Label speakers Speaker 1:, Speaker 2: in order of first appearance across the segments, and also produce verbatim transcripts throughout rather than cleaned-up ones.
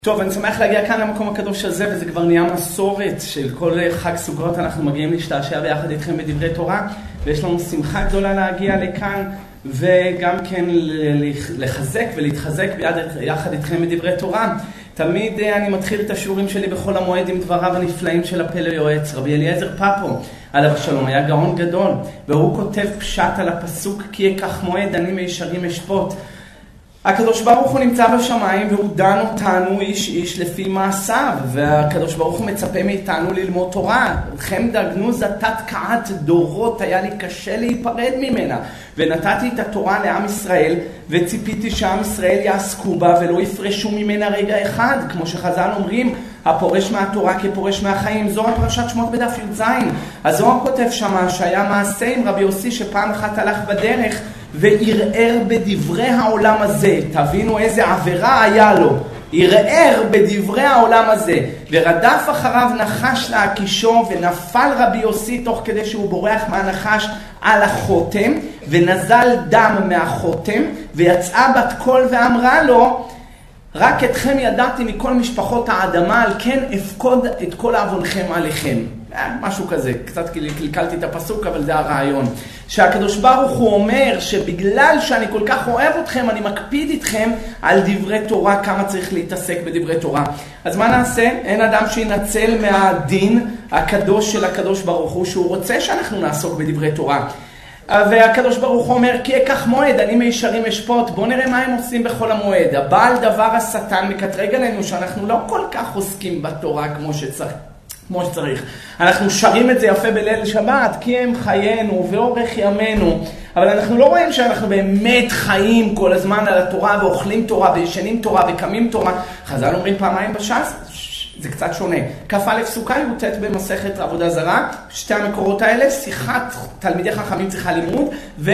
Speaker 1: טוב, אני שמח להגיע כאן למקום הקדוש הזה, וזה כבר נהיה מסורת של כל חג סוכות. אנחנו מגיעים להשתעשע ביחד איתכם בדברי תורה, ויש לנו שמחה גדולה להגיע לכאן, וגם כן לחזק ולהתחזק ביחד, יחד איתכם בדברי תורה. תמיד אני מתחיל את השיעורים שלי בכל המועד עם דבריו הנפלאים של הפלא יועץ. רבי אליעזר פפו, עליו השלום, היה גאון גדול, והוא כותב פשט על הפסוק, כי יקח מועד אני מישרים אשפוט. הקדוש ברוך הוא נמצא בשמיים והוא דן אותנו איש איש לפי מעשיו, והקדוש ברוך הוא מצפה מאיתנו ללמוד תורה. לכם דגנו זתת קעת דורות, היה לי קשה להיפרד ממנה, ונתתי את התורה לעם ישראל, וציפיתי שעם ישראל יעסקו בה ולא יפרשו ממנה רגע אחד, כמו שחז"ל אומרים, הפורש מהתורה כפורש מהחיים. זו הפרשת שמות בדף י"ז. הזוהר כותב שמה שהיה מעשה עם רבי יוסי שפעם אחת הלך בדרך וערער בדברי העולם הזה. תבינו איזה עבירה היה לו. ערער בדברי העולם הזה, ורדף אחריו נחש להקישו, ונפל רבי יוסי תוך כדי שהוא בורח מהנחש על החותם, ונזל דם מהחותם, ויצאה בת קול ואמרה לו, רק אתכם ידעתי מכל משפחות האדמה, על כן אפקוד את כל עוונכם עליכם. משהו כזה, קצת קלקלתי את הפסוק, אבל זה הרעיון. שהקדוש ברוך הוא אומר שבגלל שאני כל כך אוהב אתכם, אני מקפיד איתכם על דברי תורה, כמה צריך להתעסק בדברי תורה. אז מה נעשה? אין אדם שינצל מהדין הקדוש של הקדוש ברוך הוא, שהוא רוצה שאנחנו נעסוק בדברי תורה. והקדוש ברוך הוא אומר, כי יקח מועד, אני מישרים אשפוט. בואו נראה מה הם עושים בכל המועד. הבעל דבר השטן מקטרג עלינו שאנחנו לא כל כך עוסקים בתורה כמו שצריך. כמו שצריך. אנחנו שרים את זה יפה בליל שבת, כי הם חיינו ואורך ימינו, אבל אנחנו לא רואים שאנחנו באמת חיים כל הזמן על התורה, ואוכלים תורה, וישנים תורה, וקמים תורה. חז"ל אומרים פעמיים בש"ס, זה קצת שונה. כ"א סוכה י"ט במסכת עבודה זרה, שתי המקורות האלה, שיחת תלמידי חכמים צריכה לימוד,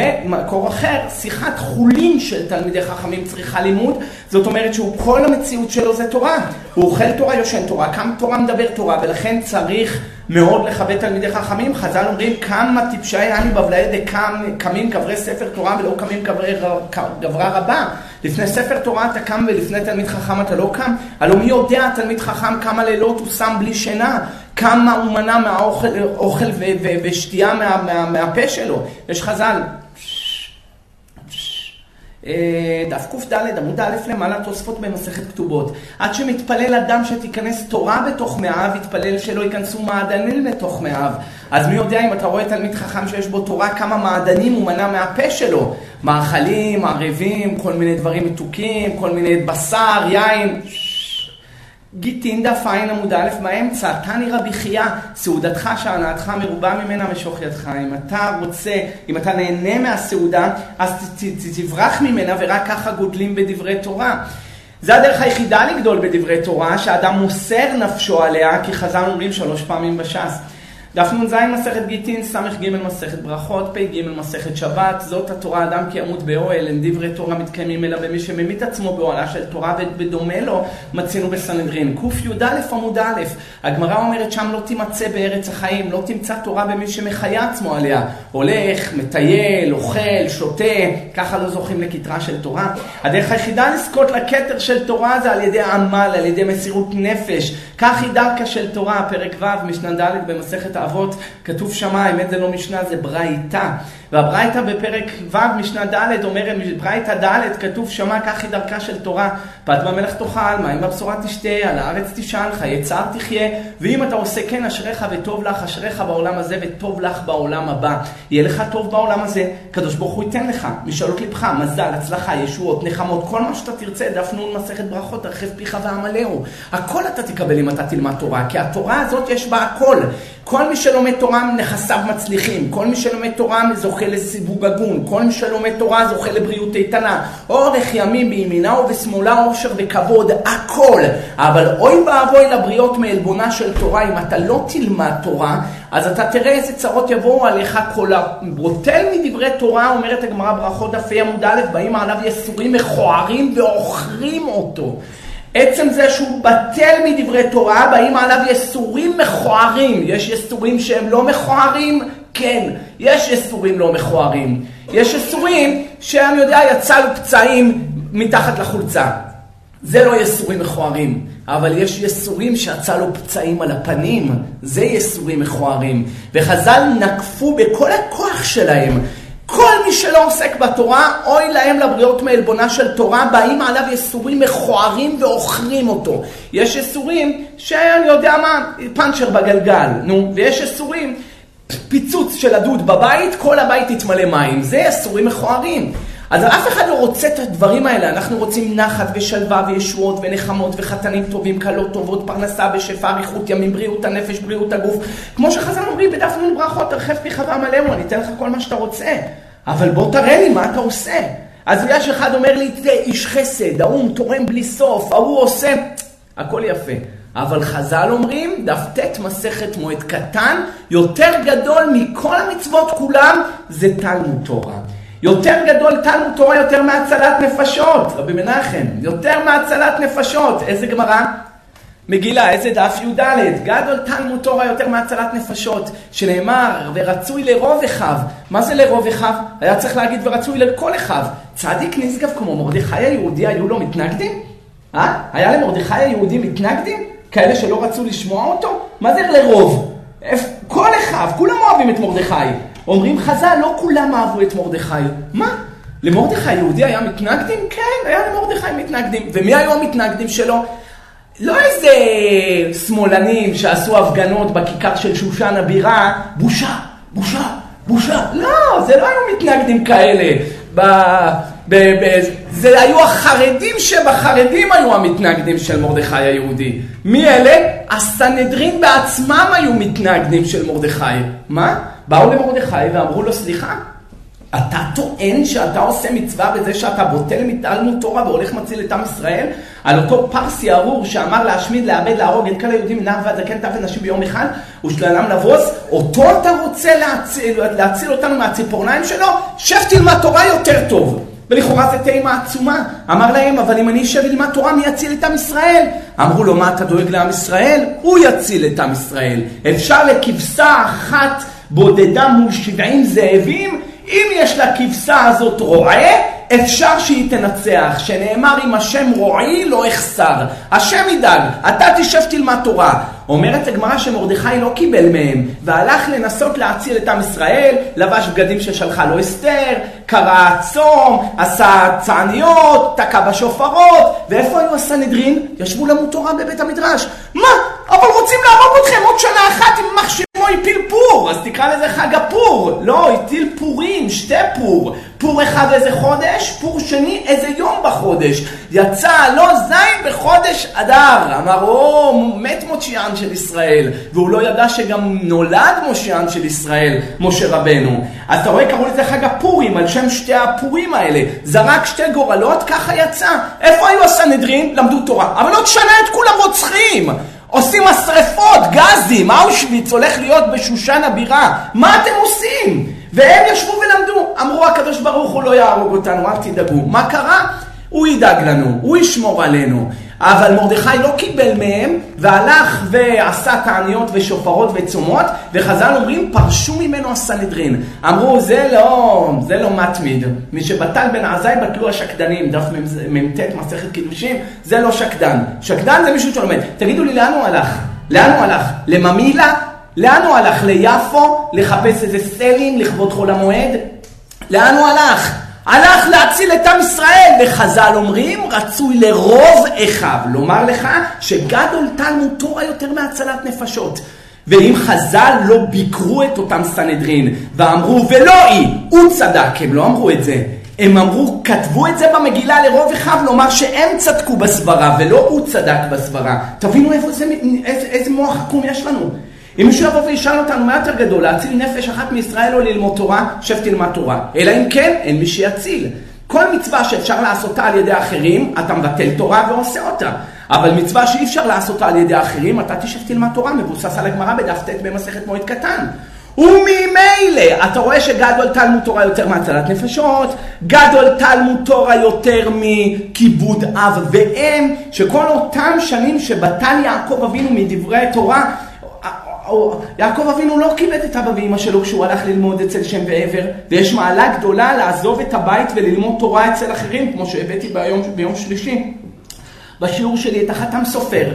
Speaker 1: ומקור אחר, שיחת חולין של תלמידי חכמים צריכה לימוד. זאת אומרת שהוא כל המציאות שלו זה תורה. הוא אוכל תורה, יושן תורה, קם תורה, מדבר תורה, ולכן צריך מאוד לכבד תלמידי חכמים. חז"ל אומרים, כמה טיפשי אני בבלעי דקמים קברי ספר תורה ולא קמים קברי גברה רבה. לפני ספר תורה אתה קם ולפני תלמיד חכם אתה לא קם. הלוא מי יודע תלמיד חכם כמה לילות הוא שם בלי שינה, כמה הוא מנע מהאוכל אוכל ו- ו- ושתייה מה- מה- מהפה שלו. יש חז"ל דף ק"ד עמוד א' למעלה תוספות במסכת כתובות, עד שמתפלל אדם שתיכנס תורה בתוך מאיו, יתפלל שלא ייכנסו מעדנים לתוך מאיו. אז מי יודע, אם אתה רואה תלמיד חכם שיש בו תורה, כמה מעדנים הוא מנע מהפה שלו, מאכלים, ערבים, כל מיני דברים מתוקים, כל מיני בשר, יין. גיטין דף עין עמוד א' באמצע, תני רבי חייא, סעודתך שהנאתך מרובה ממנה משוך ידך. אם אתה רוצה, אם אתה נהנה מהסעודה, אז תברח ממנה, ורק ככה גודלים בדברי תורה. זה הדרך היחידה לגדול בדברי תורה, שהאדם מוסר נפשו עליה, כי חז"ל אומרים שלוש פעמים בש"ס. דף נ"ז מסכת גיטין, סמך ג' מסכת ברכות, פ' ג' מסכת שבת. זאת התורה אדם כי ימות באוהל, אין דברי תורה מתקיימים אלא במי שממית עצמו באוהלה של תורה, ובדומה לו מצינו בסנהדרין. ק"יא עמוד א', הגמרא אומרת שם לא תימצא בארץ החיים, לא תמצא תורה במי שמחיה עצמו עליה. הולך, מטייל, אוכל, שותה, ככה לא זוכים לכתרה של תורה. הדרך היחידה לזכות לכתר של תורה זה על ידי עמל, על ידי מסירות נפש. כך היא דרכה של תורה, פרק ו' משנה ד' במסכת האבות, כתוב שמה, האמת זה לא משנה, זה ברייתא. והברייתא בפרק ו' משנה ד' אומרת, ברייתא ד' כתוב שמה, כך היא דרכה של תורה. פת במלך תאכל, מים בבשורה תשתה, על הארץ תשאל, חיי צער תחיה, ואם אתה עושה כן אשריך וטוב לך, אשריך בעולם הזה וטוב לך בעולם הבא. יהיה לך טוב בעולם הזה, קדוש ברוך הוא ייתן לך, משאלות לבך, מזל, הצלחה, ישועות, נחמות, כל מה שאתה תרצה. דף נ' מסכת ברכות, הרחב פיך ועמלהו. הכל אתה תקבל אם אתה תלמד תורה, כי התורה הזאת יש בה הכל. כל מי שלומד תורה נכסיו מצליחים, כל מי שלומד תורה זוכה לסיווג הגון, כל מי שלומד תורה זוכה לבריאות איתנה, אורך ימים בימינה ובשמאלה, אושר וכבוד, הכל. אבל אוי ואבוי לבריות מעלבונה של תורה. אם אתה לא תלמד תורה, אז אתה תראה איזה צרות יבואו עליך. כל הברוטל מדברי תורה, אומרת הגמרא ברכות דף עמוד א', באים עליו יסורים מכוערים ואוכרים אותו. עצם זה שהוא בטל מדברי תורה, באים עליו יסורים מכוערים. יש יסורים שהם לא מכוערים? כן, יש יסורים לא מכוערים. יש יסורים שאני יודע, יצא לו פצעים מתחת לחולצה. זה לא יסורים מכוערים. אבל יש יסורים שיצא לו פצעים על הפנים, זה יסורים מכוערים. וחז"ל נקפו בכל הכוח שלהם. כל מי שלא עוסק בתורה, אוי להם לבריות מעלבונה של תורה, באים עליו יסורים מכוערים ואוכרים אותו. יש יסורים שאני יודע מה, פנצ'ר בגלגל, נו, ויש יסורים, פיצוץ של הדוד בבית, כל הבית יתמלא מים, זה יסורים מכוערים. אז אף אחד לא רוצה את הדברים האלה, אנחנו רוצים נחת ושלווה וישועות ונחמות וחתנים טובים, קלות טובות, פרנסה בשפע, אריכות ימים, בריאות הנפש, בריאות הגוף. כמו שחז"ל אומרים בדף נ' ברכות, תרחב פיך ועמלאו, אני אתן לך כל מה שאתה רוצה. אבל בוא תראה לי מה אתה עושה. אז יש אחד אומר לי, זה איש חסד, ההוא תורם בלי סוף, ההוא עושה, הכל יפה. אבל חז"ל אומרים, דף ט' מסכת מועד קטן, יותר גדול מכל המצוות כולם, זה תלמוד תורה. יותר גדול תלמוד תורה יותר מהצלת נפשות, רבי מנחם, יותר מהצלת נפשות. איזה גמרא? מגילה, איזה דף י"ד, גדול תלמוד תורה יותר מהצלת נפשות, שנאמר, ורצוי לרוב אחיו. מה זה לרוב אחיו? היה צריך להגיד ורצוי לכל אחיו. צדיק נשגב כמו מרדכי היהודי, היו לו מתנגדים? אה? היה למרדכי היהודי מתנגדים? כאלה שלא רצו לשמוע אותו? מה זה לרוב? כל אחיו, כולם אוהבים את מרדכי. אומרים חז"ל, לא כולם אהבו את מרדכי. מה? למרדכי היהודי היה מתנגדים? כן, היה למרדכי מתנגדים. ומי היו המתנגדים שלו? לא איזה שמאלנים שעשו הפגנות בכיכר של שושן הבירה, בושה, בושה, בושה. לא, זה לא היו מתנגדים כאלה. ב... ב... ב... זה היו החרדים שבחרדים היו המתנגדים של מרדכי היהודי. מי אלה? הסנהדרין בעצמם היו מתנגדים של מרדכי. מה? באו למרדכי ואמרו לו, סליחה, אתה טוען שאתה עושה מצווה בזה שאתה בוטל מתלמוד תורה והולך מציל את עם ישראל? על אותו פרסי ארור שאמר להשמיד, לאבד, להרוג את כל היהודים מנער ועד זקן טף ונשים ביום אחד ושללם לבוס, אותו אתה רוצה להציל, להציל אותנו מהציפורניים שלו? שב תלמד תורה יותר טוב. ולכאורה זה טעימה עצומה. אמר להם, אבל אם אני אשב ללמד תורה, מי יציל את עם ישראל? אמרו לו, מה אתה דואג לעם ישראל? הוא יציל את עם ישראל. אפשר לכבשה אחת בודדה מול שבעים זאבים, אם יש לכבשה הזאת רועה, אפשר שהיא תנצח, שנאמר אם השם רועי לא אחסר. השם ידאג, אתה תשב תלמד תורה. אומרת הגמרא שמרדכי לא קיבל מהם, והלך לנסות להציל את עם ישראל, לבש בגדים ששלחה לו אסתר, קרא צום, עשה צעניות, תקע בשופרות. ואיפה היו הסנהדרין? ישבו למוד תורה בבית המדרש. מה? אבל רוצים להרוג אתכם עוד שנה אחת עם מחשמו הפיל פור, אז תקרא לזה חג הפור. לא, הטיל פורים, שתי פור. פור אחד איזה חודש, פור שני איזה יום בחודש. יצא לא זין בחודש אדר. אמר, או, מת מושיען של ישראל. והוא לא ידע שגם נולד מושיען של ישראל, משה רבנו. אז אתה רואה, קראו לזה חג הפורים, על שם שתי הפורים האלה. זרק שתי גורלות, ככה יצא. איפה היו הסנהדרין? למדו תורה. אבל עוד שנה את כולם רוצחים. עושים השרפות, גזים, אושוויץ הולך להיות בשושן הבירה. מה אתם עושים? והם ישבו ולמדו. אמרו, הקדוש ברוך הוא לא יהרוג אותנו, אל תדאגו. מה קרה? הוא ידאג לנו, הוא ישמור עלינו. אבל מרדכי לא קיבל מהם, והלך ועשה תעניות ושופרות וצומות, וחז"ל אומרים, פרשו ממנו הסנהדרין. אמרו, זה לא, זה לא מתמיד. מי שבטל בן עזאי בטלו השקדנים, דף ממתת מסכת קידושים, זה לא שקדן. שקדן זה מישהו שלומד. תגידו לי, לאן הוא הלך? לאן הוא הלך? לממילה? לאן הוא הלך? ליפו? לחפש איזה סלים, לכבוד חול המועד? לאן הוא הלך? הלך להציל את עם ישראל, וחז"ל אומרים, רצוי לרוב אחיו. לומר לך שגדול תלמוד תורה יותר מהצלת נפשות. ואם חז"ל לא ביקרו את אותם סנהדרין, ואמרו, ולא היא, הוא צדק, הם לא אמרו את זה. הם אמרו, כתבו את זה במגילה לרוב אחיו, לומר שהם צדקו בסברה, ולא הוא צדק בסברה. תבינו איפה זה, איזה, איזה מוח עקום יש לנו. אם מישהו יבוא וישאל אותנו מה יותר גדול, להציל נפש אחת מישראל או ללמוד תורה, שב תלמד תורה. אלא אם כן, אין מי שיציל. כל מצווה שאפשר לעשותה על ידי אחרים, אתה מבטל תורה ועושה אותה. אבל מצווה שאי אפשר לעשותה על ידי אחרים, אתה תשב תלמד תורה, מבוסס על הגמרא בדף ט' במסכת מועד קטן. וממילא, אתה רואה שגדול תלמוד תורה יותר מהצלת נפשות, גדול תלמוד תורה יותר מכיבוד אב ואם, שכל אותם שנים שבטל יעקב אבינו מדברי תורה, יעקב אבינו לא כיבד את אבא ואמא שלו כשהוא הלך ללמוד אצל שם ועבר, ויש מעלה גדולה לעזוב את הבית וללמוד תורה אצל אחרים, כמו שהבאתי ביום, ביום שלישי. בשיעור שלי את החתם סופר.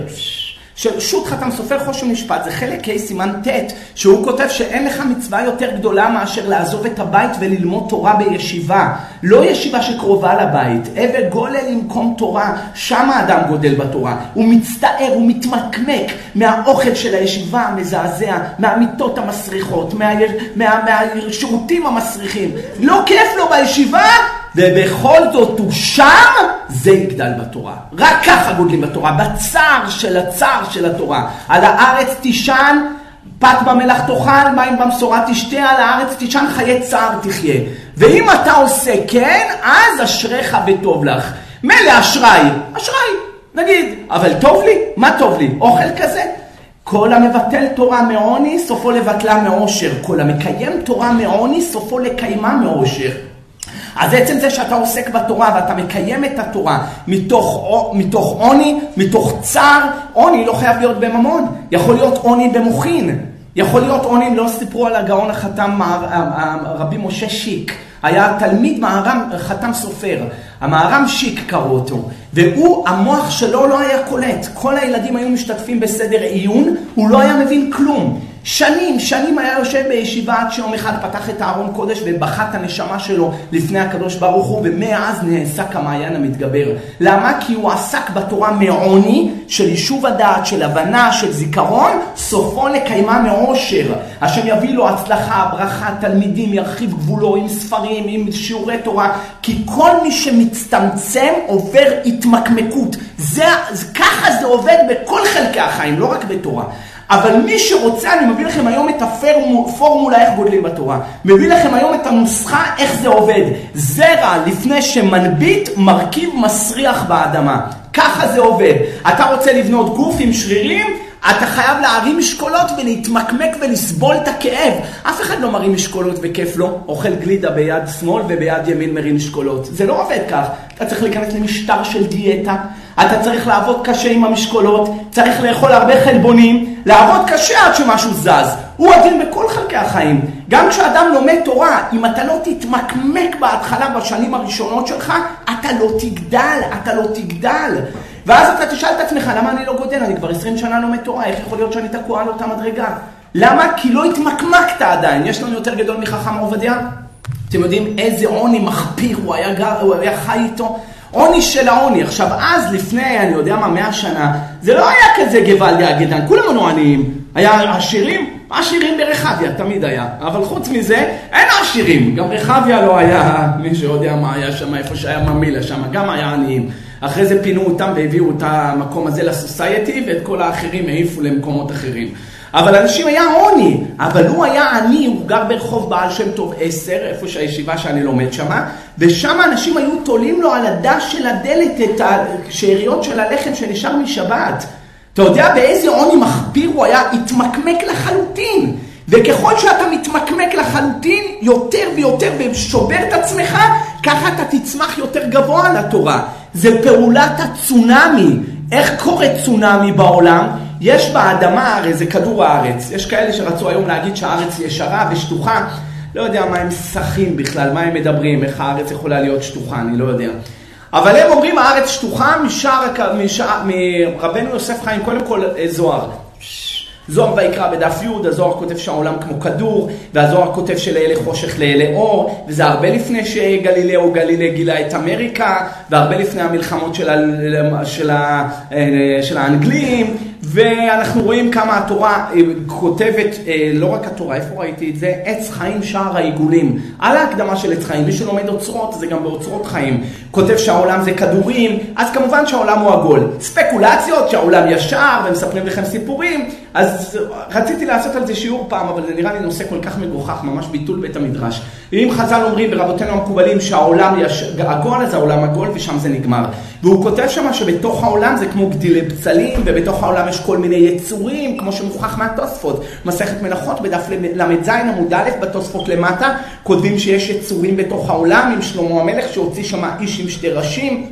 Speaker 1: שו"ת חתם סופר חושן משפט, זה חלק ה' סימן ט', שהוא כותב שאין לך מצווה יותר גדולה מאשר לעזוב את הבית וללמוד תורה בישיבה. לא ישיבה שקרובה לבית, אבל גולל למקום תורה, שם האדם גודל בתורה. הוא מצטער, הוא מתמקמק מהאוכל של הישיבה המזעזע, מהמיטות המסריחות, מה, מה, מהשירותים המסריחים. לא כיף לו בישיבה, ובכל זאת הוא שם, זה יגדל בתורה. רק ככה גודלים בתורה, בצער של הצער של התורה. על הארץ תישן, פת במלח תאכל, מים במשורה תשתה, על הארץ תישן, חיי צער תחיה. ואם אתה עושה כן, אז אשריך וטוב לך. מלא אשראי, אשראי, נגיד, אבל טוב לי? מה טוב לי? אוכל כזה? כל המבטל תורה מעוני, סופו לבטלה מאושר. כל המקיים תורה מעוני, סופו לקיימה מאושר. אז עצם זה שאתה עוסק בתורה ואתה מקיים את התורה מתוך, מתוך עוני, מתוך צער, עוני לא חייב להיות בממון, יכול להיות עוני במוחין, יכול להיות עוני, לא סיפרו על הגאון החתם רבי משה שיק, היה תלמיד מהר"ם חתם סופר, המהר"ם שיק קראו אותו, והוא, המוח שלו לא היה קולט, כל הילדים היו משתתפים בסדר עיון, הוא לא היה מבין כלום. שנים, שנים היה יושב בישיבה עד שיום אחד פתח את הארון קודש ובחת את הנשמה שלו לפני הקדוש ברוך הוא, ומאז נעסק המעיין המתגבר. למה? כי הוא עסק בתורה מעוני, של יישוב הדעת, של הבנה, של זיכרון, סופו לקיימה מאושר. השם יביא לו הצלחה, ברכה, תלמידים, ירחיב גבולו עם ספרים, עם שיעורי תורה, כי כל מי שמצטמצם עובר התמקמקות. זה, ככה זה עובד בכל חלקי החיים, לא רק בתורה. אבל מי שרוצה, אני מביא לכם היום את הפורמולה איך גודלים בתורה. מביא לכם היום את הנוסחה איך זה עובד. זרע לפני שמנביט מרכיב מסריח באדמה. ככה זה עובד. אתה רוצה לבנות גוף עם שרירים, אתה חייב להרים משקולות ולהתמקמק ולסבול את הכאב. אף אחד לא מרים משקולות וכיף לו. אוכל גלידה ביד שמאל וביד ימין מרים משקולות. זה לא עובד כך. אתה צריך להיכנס למשטר של דיאטה. אתה צריך לעבוד קשה עם המשקולות. צריך לאכול הרבה חלבונים. לעבוד קשה עד שמשהו זז. הוא הדין בכל חלקי החיים. גם כשאדם לומד תורה, אם אתה לא תתמקמק בהתחלה בשנים הראשונות שלך, אתה לא תגדל, אתה לא תגדל. ואז אתה תשאל את עצמך, למה אני לא גודל? אני כבר עשרים שנה לומד תורה, איך יכול להיות שאני תקוע על אותה מדרגה? למה? כי לא התמקמקת עדיין. יש לנו יותר גדול מחכם עובדיה? אתם יודעים איזה עוני מחפיר הוא היה, גר, הוא היה חי איתו? עוני של העוני. עכשיו, אז לפני, אני יודע מה, מאה שנה, זה לא היה כזה גוואלדי הגדן, כולם היו עניים. היה עשירים? עשירים ברחביה, תמיד היה. אבל חוץ מזה, אין עשירים. גם רחביה לא היה, מי שיודע מה היה שם, איפה שהיה ממילה שם, גם היה עניים. אחרי זה פינו אותם והביאו את המקום הזה לסוסייטי, ואת כל האחרים העיפו למקומות אחרים. אבל אנשים היה עוני, אבל הוא היה עני, הוא גר ברחוב בעל שם טוב עשר, איפה שהישיבה שאני לומד שמה, ושם אנשים היו תולים לו על הדש של הדלת את השאריות של הלחם שנשאר משבת. אתה יודע באיזה עוני מחפיר הוא היה, התמקמק לחלוטין. וככל שאתה מתמקמק לחלוטין, יותר ויותר ושובר את עצמך, ככה אתה תצמח יותר גבוה לתורה. זה פעולת הצונמי. איך קורה צונמי בעולם? יש באדמה, הרי זה כדור הארץ. יש כאלה שרצו היום להגיד שהארץ ישרה ושטוחה. לא יודע מה הם שחים בכלל, מה הם מדברים, איך הארץ יכולה להיות שטוחה, אני לא יודע. אבל הם אומרים הארץ שטוחה משער, משער, מרבנו יוסף חיים, קודם כל זוהר. זוהר ויקרא בדף י', הזוהר כותב שהעולם כמו כדור, והזוהר כותב שלאלה חושך לאלה אור, וזה הרבה לפני שגלילאו גלילי גילה את אמריקה, והרבה לפני המלחמות של, ה, של, ה, של האנגלים, ואנחנו רואים כמה התורה כותבת, לא רק התורה, איפה ראיתי את זה? עץ חיים שער העיגולים. על ההקדמה של עץ חיים, מי שלומד אוצרות, זה גם באוצרות חיים. כותב שהעולם זה כדורים, אז כמובן שהעולם הוא עגול. ספקולציות שהעולם ישר, ומספרים לכם סיפורים, אז רציתי לעשות על זה שיעור פעם, אבל זה נראה לי נושא כל כך מגוחך, ממש ביטול בית המדרש. אם חז"ל אומרים ברבותינו המקובלים שהעולם יש עגול, אז העולם עגול ושם זה נגמר. והוא כותב שם שבתוך העולם זה כמו גדילי בצלים, ובתוך העולם יש כל מיני יצורים, כמו שמוכח מהתוספות. מסכת מלאכות בדף למד זין עמוד א' בתוספות למטה, כותבים שיש יצורים בתוך העולם, עם שלמה המלך שהוציא שם איש עם שתי ראשים,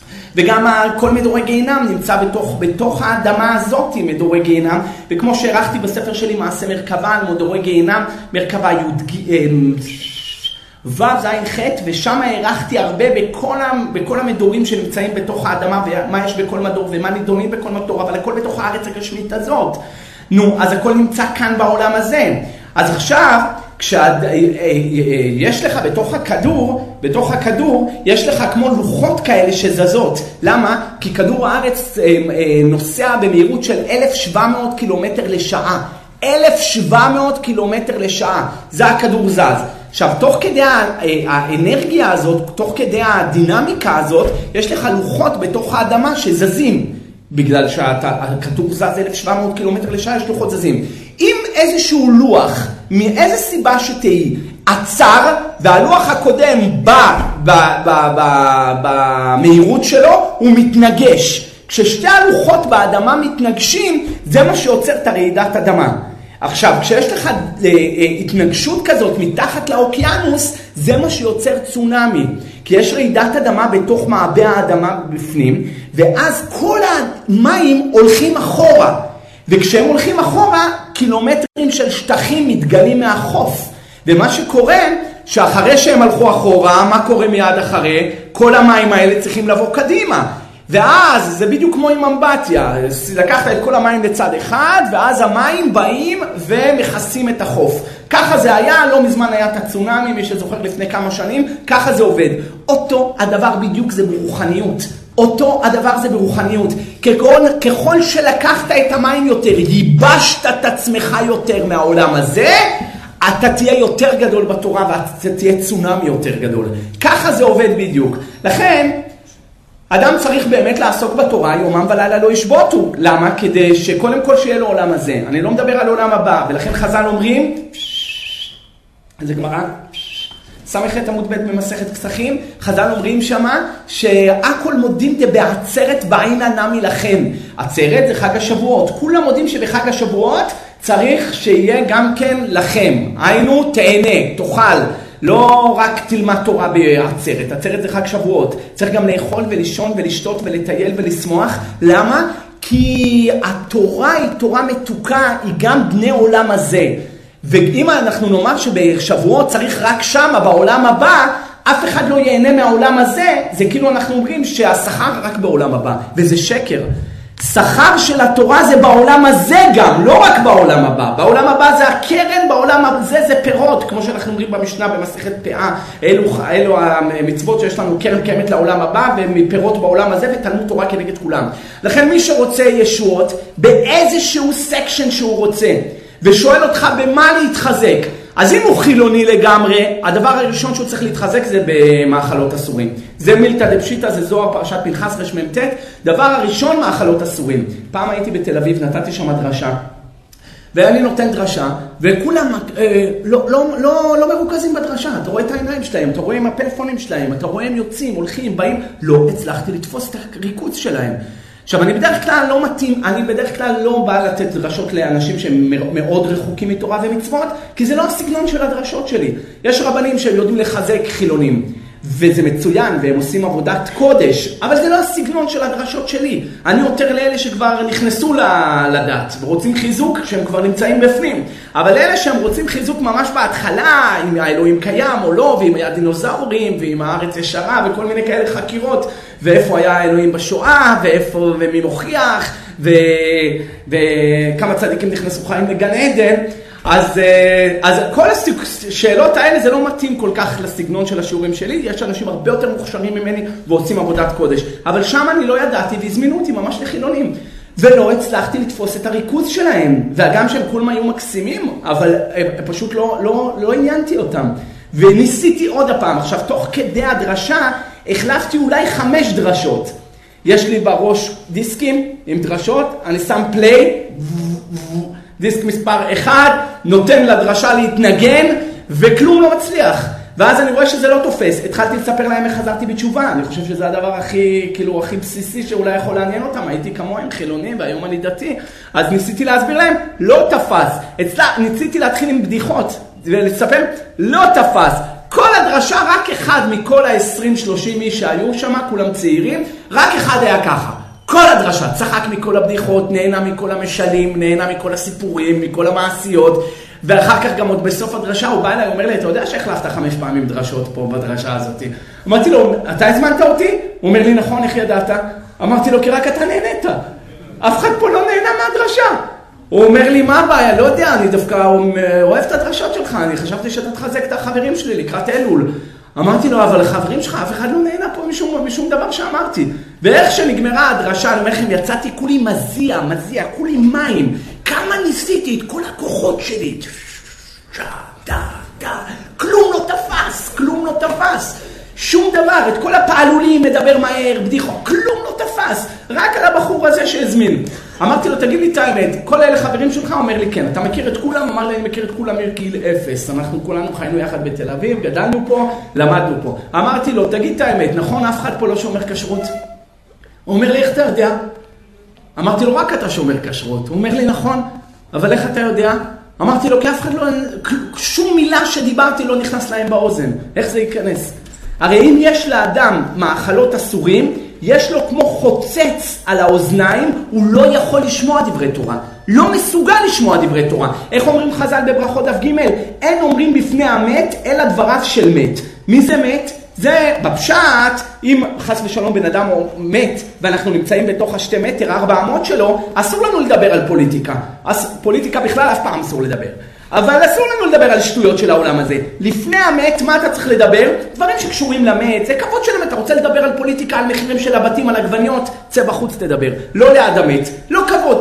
Speaker 1: וגם כל מדורי גיהינם נמצא בתוך, בתוך האדמה הזאת, מדורי גיהינם, וכמו שהערכתי בספר שלי מעשה מרכבה על מדורי גיהינם, מרכבה י' ו' זין ח', ושם הערכתי הרבה בכל, בכל המדורים שנמצאים בתוך האדמה, ומה יש בכל מדור ומה נידונים בכל מדור, אבל הכל בתוך הארץ הגשמית הזאת. נו, אז הכל נמצא כאן בעולם הזה. אז עכשיו, כשיש לך בתוך הכדור, בתוך הכדור, יש לך כמו לוחות כאלה שזזות. למה? כי כדור הארץ נוסע במהירות של אלף שבע מאות קילומטר לשעה. אלף שבע מאות קילומטר לשעה. זה הכדור זז. עכשיו, תוך כדי האנרגיה הזאת, תוך כדי הדינמיקה הזאת, יש לך לוחות בתוך האדמה שזזים. בגלל שהכדור זז אלף שבע מאות קילומטר לשעה, יש לוחות זזים. אם איזשהו לוח, מאיזה סיבה שתהי, עצר, והלוח הקודם בא במהירות שלו, הוא מתנגש. כששתי הלוחות באדמה מתנגשים, זה מה שיוצר את הרעידת אדמה. עכשיו, כשיש לך התנגשות כזאת מתחת לאוקיינוס, זה מה שיוצר צונאמי. כי יש רעידת אדמה בתוך מעבה האדמה בפנים, ואז כל המים הולכים אחורה. וכשהם הולכים אחורה, קילומטרים של שטחים מתגלים מהחוף. ומה שקורה, שאחרי שהם הלכו אחורה, מה קורה מיד אחרי? כל המים האלה צריכים לבוא קדימה. ואז זה בדיוק כמו עם אמבטיה, לקחת את כל המים לצד אחד, ואז המים באים ומכסים את החוף. ככה זה היה, לא מזמן היה את הצונאמי, מי שזוכר לפני כמה שנים, ככה זה עובד. אותו הדבר בדיוק זה ברוחניות. אותו הדבר זה ברוחניות. ככל, ככל שלקחת את המים יותר, ייבשת את עצמך יותר מהעולם הזה, אתה תהיה יותר גדול בתורה ואתה תהיה צונאמי יותר גדול. ככה זה עובד בדיוק. לכן, אדם צריך באמת לעסוק בתורה, יומם ולילה לא ישבותו. למה? כדי שקודם כל שיהיה לו עולם הזה. אני לא מדבר על עולם הבא, ולכן חז"ל אומרים, זה גמרא, סמך את עמוד ב' במסכת כסחים, חז"ל אומרים שמה, שהכל מודים דבעצרת בעינה נמי לכם. עצרת זה חג השבועות. כולם מודים שבחג השבועות צריך שיהיה גם כן לכם. היינו, תהנה, תאכל. לא רק תלמד תורה בעצרת, עצרת זה חג שבועות. צריך גם לאכול ולישון ולשתות ולטייל ולשמוח. למה? כי התורה היא תורה מתוקה, היא גם בני עולם הזה. ואם אנחנו נאמר שבשבועות צריך רק שמה, בעולם הבא, אף אחד לא ייהנה מהעולם הזה, זה כאילו אנחנו אומרים שהשכר רק בעולם הבא, וזה שקר. שכר של התורה זה בעולם הזה גם, לא רק בעולם הבא. בעולם הבא זה הקרן, בעולם הזה זה פירות, כמו שאנחנו אומרים במשנה במסכת פאה. אלו, אלו המצוות שיש לנו קרן קיימת לעולם הבא, ומפירות בעולם הזה, ותלמוד תורה כנגד כולם. לכן מי שרוצה ישועות, באיזשהו סקשן שהוא רוצה, ושואל אותך במה להתחזק, אז אם הוא חילוני לגמרי, הדבר הראשון שהוא צריך להתחזק זה במאכלות אסורים. זה מילתא דפשיטא, זה זוהר פרשת פנחס רמ"ט. דבר הראשון, מאכלות אסורים. פעם הייתי בתל אביב, נתתי שם דרשה, ואני נותן דרשה, וכולם אה, לא, לא, לא, לא מרוכזים בדרשה. אתה רואה את העיניים שלהם, אתה רואה עם הפלאפונים שלהם, אתה רואה הם יוצאים, הולכים, באים. לא הצלחתי לתפוס את הריכוז שלהם. עכשיו, אני בדרך כלל לא מתאים, אני בדרך כלל לא בא לתת דרשות לאנשים שהם מאוד רחוקים מתורה ומצוות, כי זה לא הסגנון של הדרשות שלי. יש רבנים שהם יודעים לחזק חילונים, וזה מצוין, והם עושים עבודת קודש, אבל זה לא הסגנון של הדרשות שלי. אני יותר לאלה שכבר נכנסו לדת, ורוצים חיזוק שהם כבר נמצאים בפנים. אבל אלה שהם רוצים חיזוק ממש בהתחלה, אם האלוהים קיים או לא, ועם הדינוזאורים, ועם הארץ ישרה, וכל מיני כאלה חקירות, ואיפה היה האלוהים בשואה, ואיפה, ומי מוכיח, ו... וכמה צדיקים נכנסו חיים לגן עדן. אז, אז כל השאלות האלה זה לא מתאים כל כך לסגנון של השיעורים שלי. יש אנשים הרבה יותר מוכשרים ממני ועושים עבודת קודש. אבל שם אני לא ידעתי והזמינו אותי ממש לחילונים. ולא הצלחתי לתפוס את הריכוז שלהם. והגם שהם כולם היו מקסימים, אבל פשוט לא, לא, לא עניינתי אותם. וניסיתי עוד הפעם. עכשיו, תוך כדי הדרשה, החלפתי אולי חמש דרשות. יש לי בראש דיסקים עם דרשות, אני שם פליי, דיסק מספר אחד, נותן לדרשה להתנגן, וכלום לא מצליח. ואז אני רואה שזה לא תופס. התחלתי לספר להם איך חזרתי בתשובה. אני חושב שזה הדבר הכי, כאילו, הכי בסיסי שאולי יכול לעניין אותם. הייתי כמוהם חילונים, והיום אני דתי. אז ניסיתי להסביר להם, לא תפס. אצלה, ניסיתי להתחיל עם בדיחות, ולספר, לא תפס. כל הדרשה, רק אחד מכל ה-עשרים שלושים איש שהיו שם, כולם צעירים, רק אחד היה ככה. כל הדרשה, צחק מכל הבדיחות, נהנה מכל המשלים, נהנה מכל הסיפורים, מכל המעשיות, ואחר כך גם עוד בסוף הדרשה הוא בא אליי, הוא אומר לי, אתה יודע שהחלפת חמש פעמים דרשות פה בדרשה הזאת? אמרתי לו, אתה הזמנת אותי? הוא אומר לי, נכון, איך ידעת? אמרתי לו, כי רק אתה נהנית. אף אחד פה לא נהנה מהדרשה. הוא אומר לי, מה הבעיה? לא יודע, אני דווקא אוהב את הדרשות שלך, אני חשבתי שאתה תחזק את החברים שלי לקראת אלול. אמרתי לו, אבל החברים שלך, אף אחד לא נהנה פה משום, משום דבר שאמרתי. ואיך שנגמרה הדרשה, אני אומר לכם, יצאתי כולי מזיע, מזיע, כולי מים. כמה ניסיתי את כל הכוחות שלי. דה, דה, דה. כלום לא תפס, כלום לא תפס. שום דבר, את כל הפעלולים, מדבר מהר, בדיחות, כלום לא תפס. רק על הבחור הזה שהזמין. אמרתי לו, תגיד לי את האמת, כל אלה חברים שלך? אומר לי, כן. אתה מכיר את כולם? אמר לי, אני מכיר את כולם מגיל אפס. אנחנו כולנו חיינו יחד בתל אביב, גדלנו פה, למדנו פה. אמרתי לו, תגיד את האמת, נכון, אף אחד פה לא שומר כשרות? הוא אומר לי, איך אתה יודע? אמרתי לו, רק אתה שומר כשרות. הוא אומר לי, נכון, אבל איך אתה יודע? אמרתי לו, כי אף אחד לא, שום מילה שדיברתי לא נכנס להם באוזן. איך זה ייכנס? הרי אם יש לאדם מאכלות אסורים, יש לו כמו חוצץ על האוזניים, הוא לא יכול לשמוע דברי תורה. לא מסוגל לשמוע דברי תורה. איך אומרים חז"ל בברכות דף ג'? אין אומרים בפני המת, אלא דבריו של מת. מי זה מת? זה בפשט, אם חס ושלום בן אדם מת, ואנחנו נמצאים בתוך השתי מטר, ארבע אמות שלו, אסור לנו לדבר על פוליטיקה. אז פוליטיקה בכלל אף פעם אסור לדבר. אבל אסור לנו לדבר על שטויות של העולם הזה. לפני המת, מה אתה צריך לדבר? דברים שקשורים למת, זה כבוד של המת. אתה רוצה לדבר על פוליטיקה, על מחירים של הבתים, על עגבניות, צא בחוץ תדבר. לא ליד המת, לא כבוד,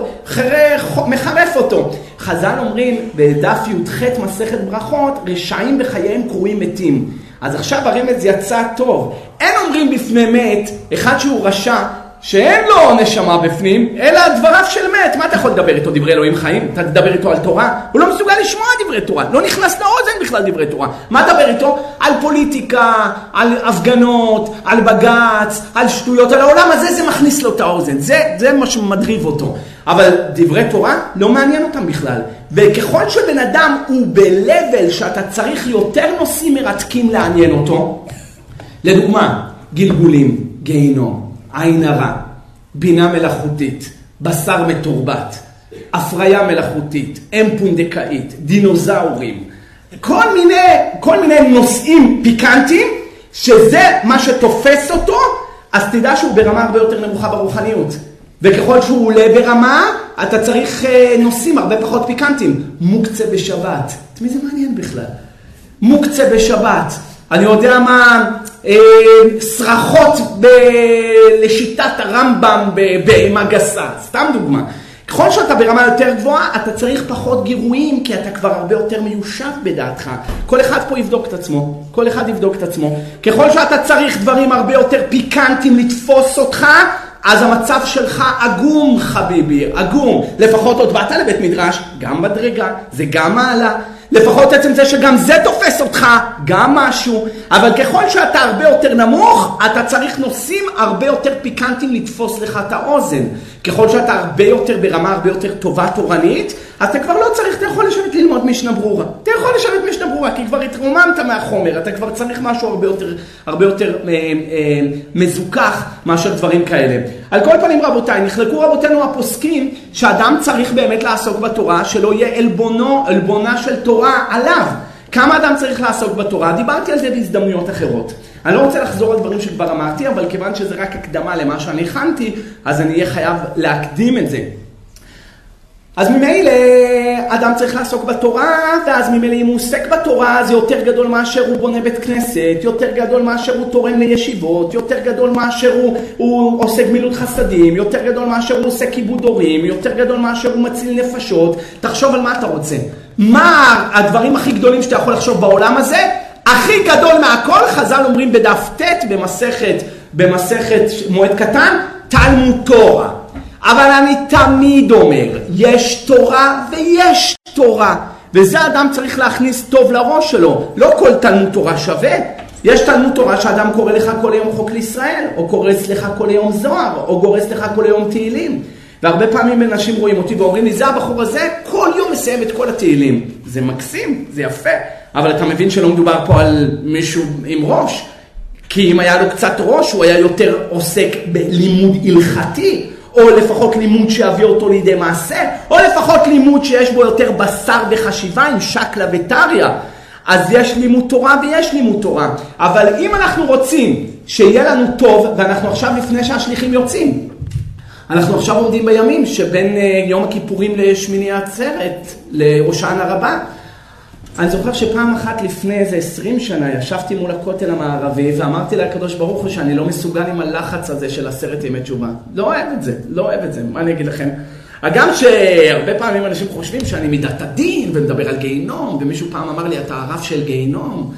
Speaker 1: מחרף אותו. חז"ל אומרים בדף י"ח מסכת ברכות, רשעים בחייהם קרויים מתים. אז עכשיו הרמז יצא טוב. אין אומרים בפני מת, אחד שהוא רשע, שאין לו נשמה בפנים, אלא דבריו של מת. מה אתה יכול לדבר איתו? דברי אלוהים חיים? אתה תדבר איתו על תורה? הוא לא מסוגל לשמוע דברי תורה. לא נכנס לאוזן בכלל דברי תורה. מה תדבר איתו? על פוליטיקה, על הפגנות, על בגץ, על שטויות. על העולם הזה זה מכניס לו את האוזן. זה, זה מה שמדריב אותו. אבל דברי תורה לא מעניין אותם בכלל. וככל שבן אדם הוא בלבל שאתה צריך יותר נושאים מרתקים לעניין אותו, לדוגמה, גלגולים, גיהינום, עין הרע, בינה מלאכותית, בשר מתורבת, הפריה מלאכותית, אם פונדקאית, דינוזאורים, כל מיני, כל מיני נושאים פיקנטיים, שזה מה שתופס אותו, אז תדע שהוא ברמה הרבה יותר נמוכה ברוחניות. וככל שהוא עולה ברמה, אתה צריך נושאים הרבה פחות פיקנטיים. מוקצה בשבת. את מי זה מעניין בכלל? מוקצה בשבת. אני יודע מה, אה, שרחות ב... לשיטת הרמב"ם בהמה גסה, סתם דוגמה. ככל שאתה ברמה יותר גבוהה, אתה צריך פחות גירויים, כי אתה כבר הרבה יותר מיושב בדעתך. כל אחד פה יבדוק את עצמו, כל אחד יבדוק את עצמו. ככל שאתה צריך דברים הרבה יותר פיקנטיים לתפוס אותך, אז המצב שלך עגום, חביבי, עגום. לפחות עוד באת לבית מדרש, גם בדרגה, זה גם מעלה. לפחות עצם זה שגם זה תופס אותך, גם משהו. אבל ככל שאתה הרבה יותר נמוך, אתה צריך נושאים הרבה יותר פיקנטיים לתפוס לך את האוזן. ככל שאתה הרבה יותר ברמה, הרבה יותר טובה תורנית, אתה כבר לא צריך, אתה יכול לשבת ללמוד משנה ברורה. אתה יכול לשבת משנה ברורה, כי כבר התרוממת מהחומר, אתה כבר צריך משהו הרבה יותר, הרבה יותר אה, אה, מזוכח מאשר דברים כאלה. על כל פנים רבותיי, נחלקו רבותינו הפוסקים שאדם צריך באמת לעסוק בתורה, שלא יהיה אלבונו, אלבונה של תורה עליו. כמה אדם צריך לעסוק בתורה? דיברתי על זה בהזדמנויות אחרות. אני לא רוצה לחזור על דברים שכבר אמרתי, אבל כיוון שזה רק הקדמה למה שאני הכנתי, אז אני אהיה חייב להקדים את זה. אז ממילא אדם צריך לעסוק בתורה, ואז ממילא אם הוא עוסק בתורה, זה יותר גדול מאשר הוא בונה בית כנסת, יותר גדול מאשר הוא תורם לישיבות, יותר גדול מאשר הוא, הוא עושה גמילות חסדים, יותר גדול מאשר הוא עושה כיבוד הורים, יותר גדול מאשר הוא מציל נפשות. תחשוב על מה אתה רוצה. מה הדברים הכי גדולים שאתה יכול לחשוב בעולם הזה? הכי גדול מהכל, חז"ל אומרים בדף ט' במסכת, במסכת מועד קטן, תלמוד תורה. אבל אני תמיד אומר, יש תורה ויש תורה. וזה אדם צריך להכניס טוב לראש שלו. לא כל תלמוד תורה שווה. יש תלמוד תורה שאדם קורא לך כל היום חוק לישראל, או קורס לך כל היום זוהר, או גורס לך כל היום תהילים. והרבה פעמים אנשים רואים אותי ואומרים לי, זה הבחור הזה, כל יום מסיים את כל התהילים. זה מקסים, זה יפה. אבל אתה מבין שלא מדובר פה על מישהו עם ראש. כי אם היה לו קצת ראש, הוא היה יותר עוסק בלימוד הלכתי, או לפחות לימוד שיביא אותו לידי מעשה, או לפחות לימוד שיש בו יותר בשר וחשיבה עם שקלה וטריה. אז יש לימוד תורה ויש לימוד תורה. אבל אם אנחנו רוצים שיהיה לנו טוב, ואנחנו עכשיו לפני שהשליחים יוצאים, אנחנו עכשיו עומדים בימים שבין יום הכיפורים לשמיני עצרת, להושענא רבה. אני זוכר שפעם אחת לפני איזה עשרים שנה ישבתי מול הכותל המערבי ואמרתי לקדוש ברוך הוא שאני לא מסוגל עם הלחץ הזה של עשרת ימי תשובה. לא אוהב את זה, לא אוהב את זה, מה אני אגיד לכם? הגם שהרבה פעמים אנשים חושבים שאני מידת הדין ומדבר על גיהינום, ומישהו פעם אמר לי אתה הרב של גיהינום.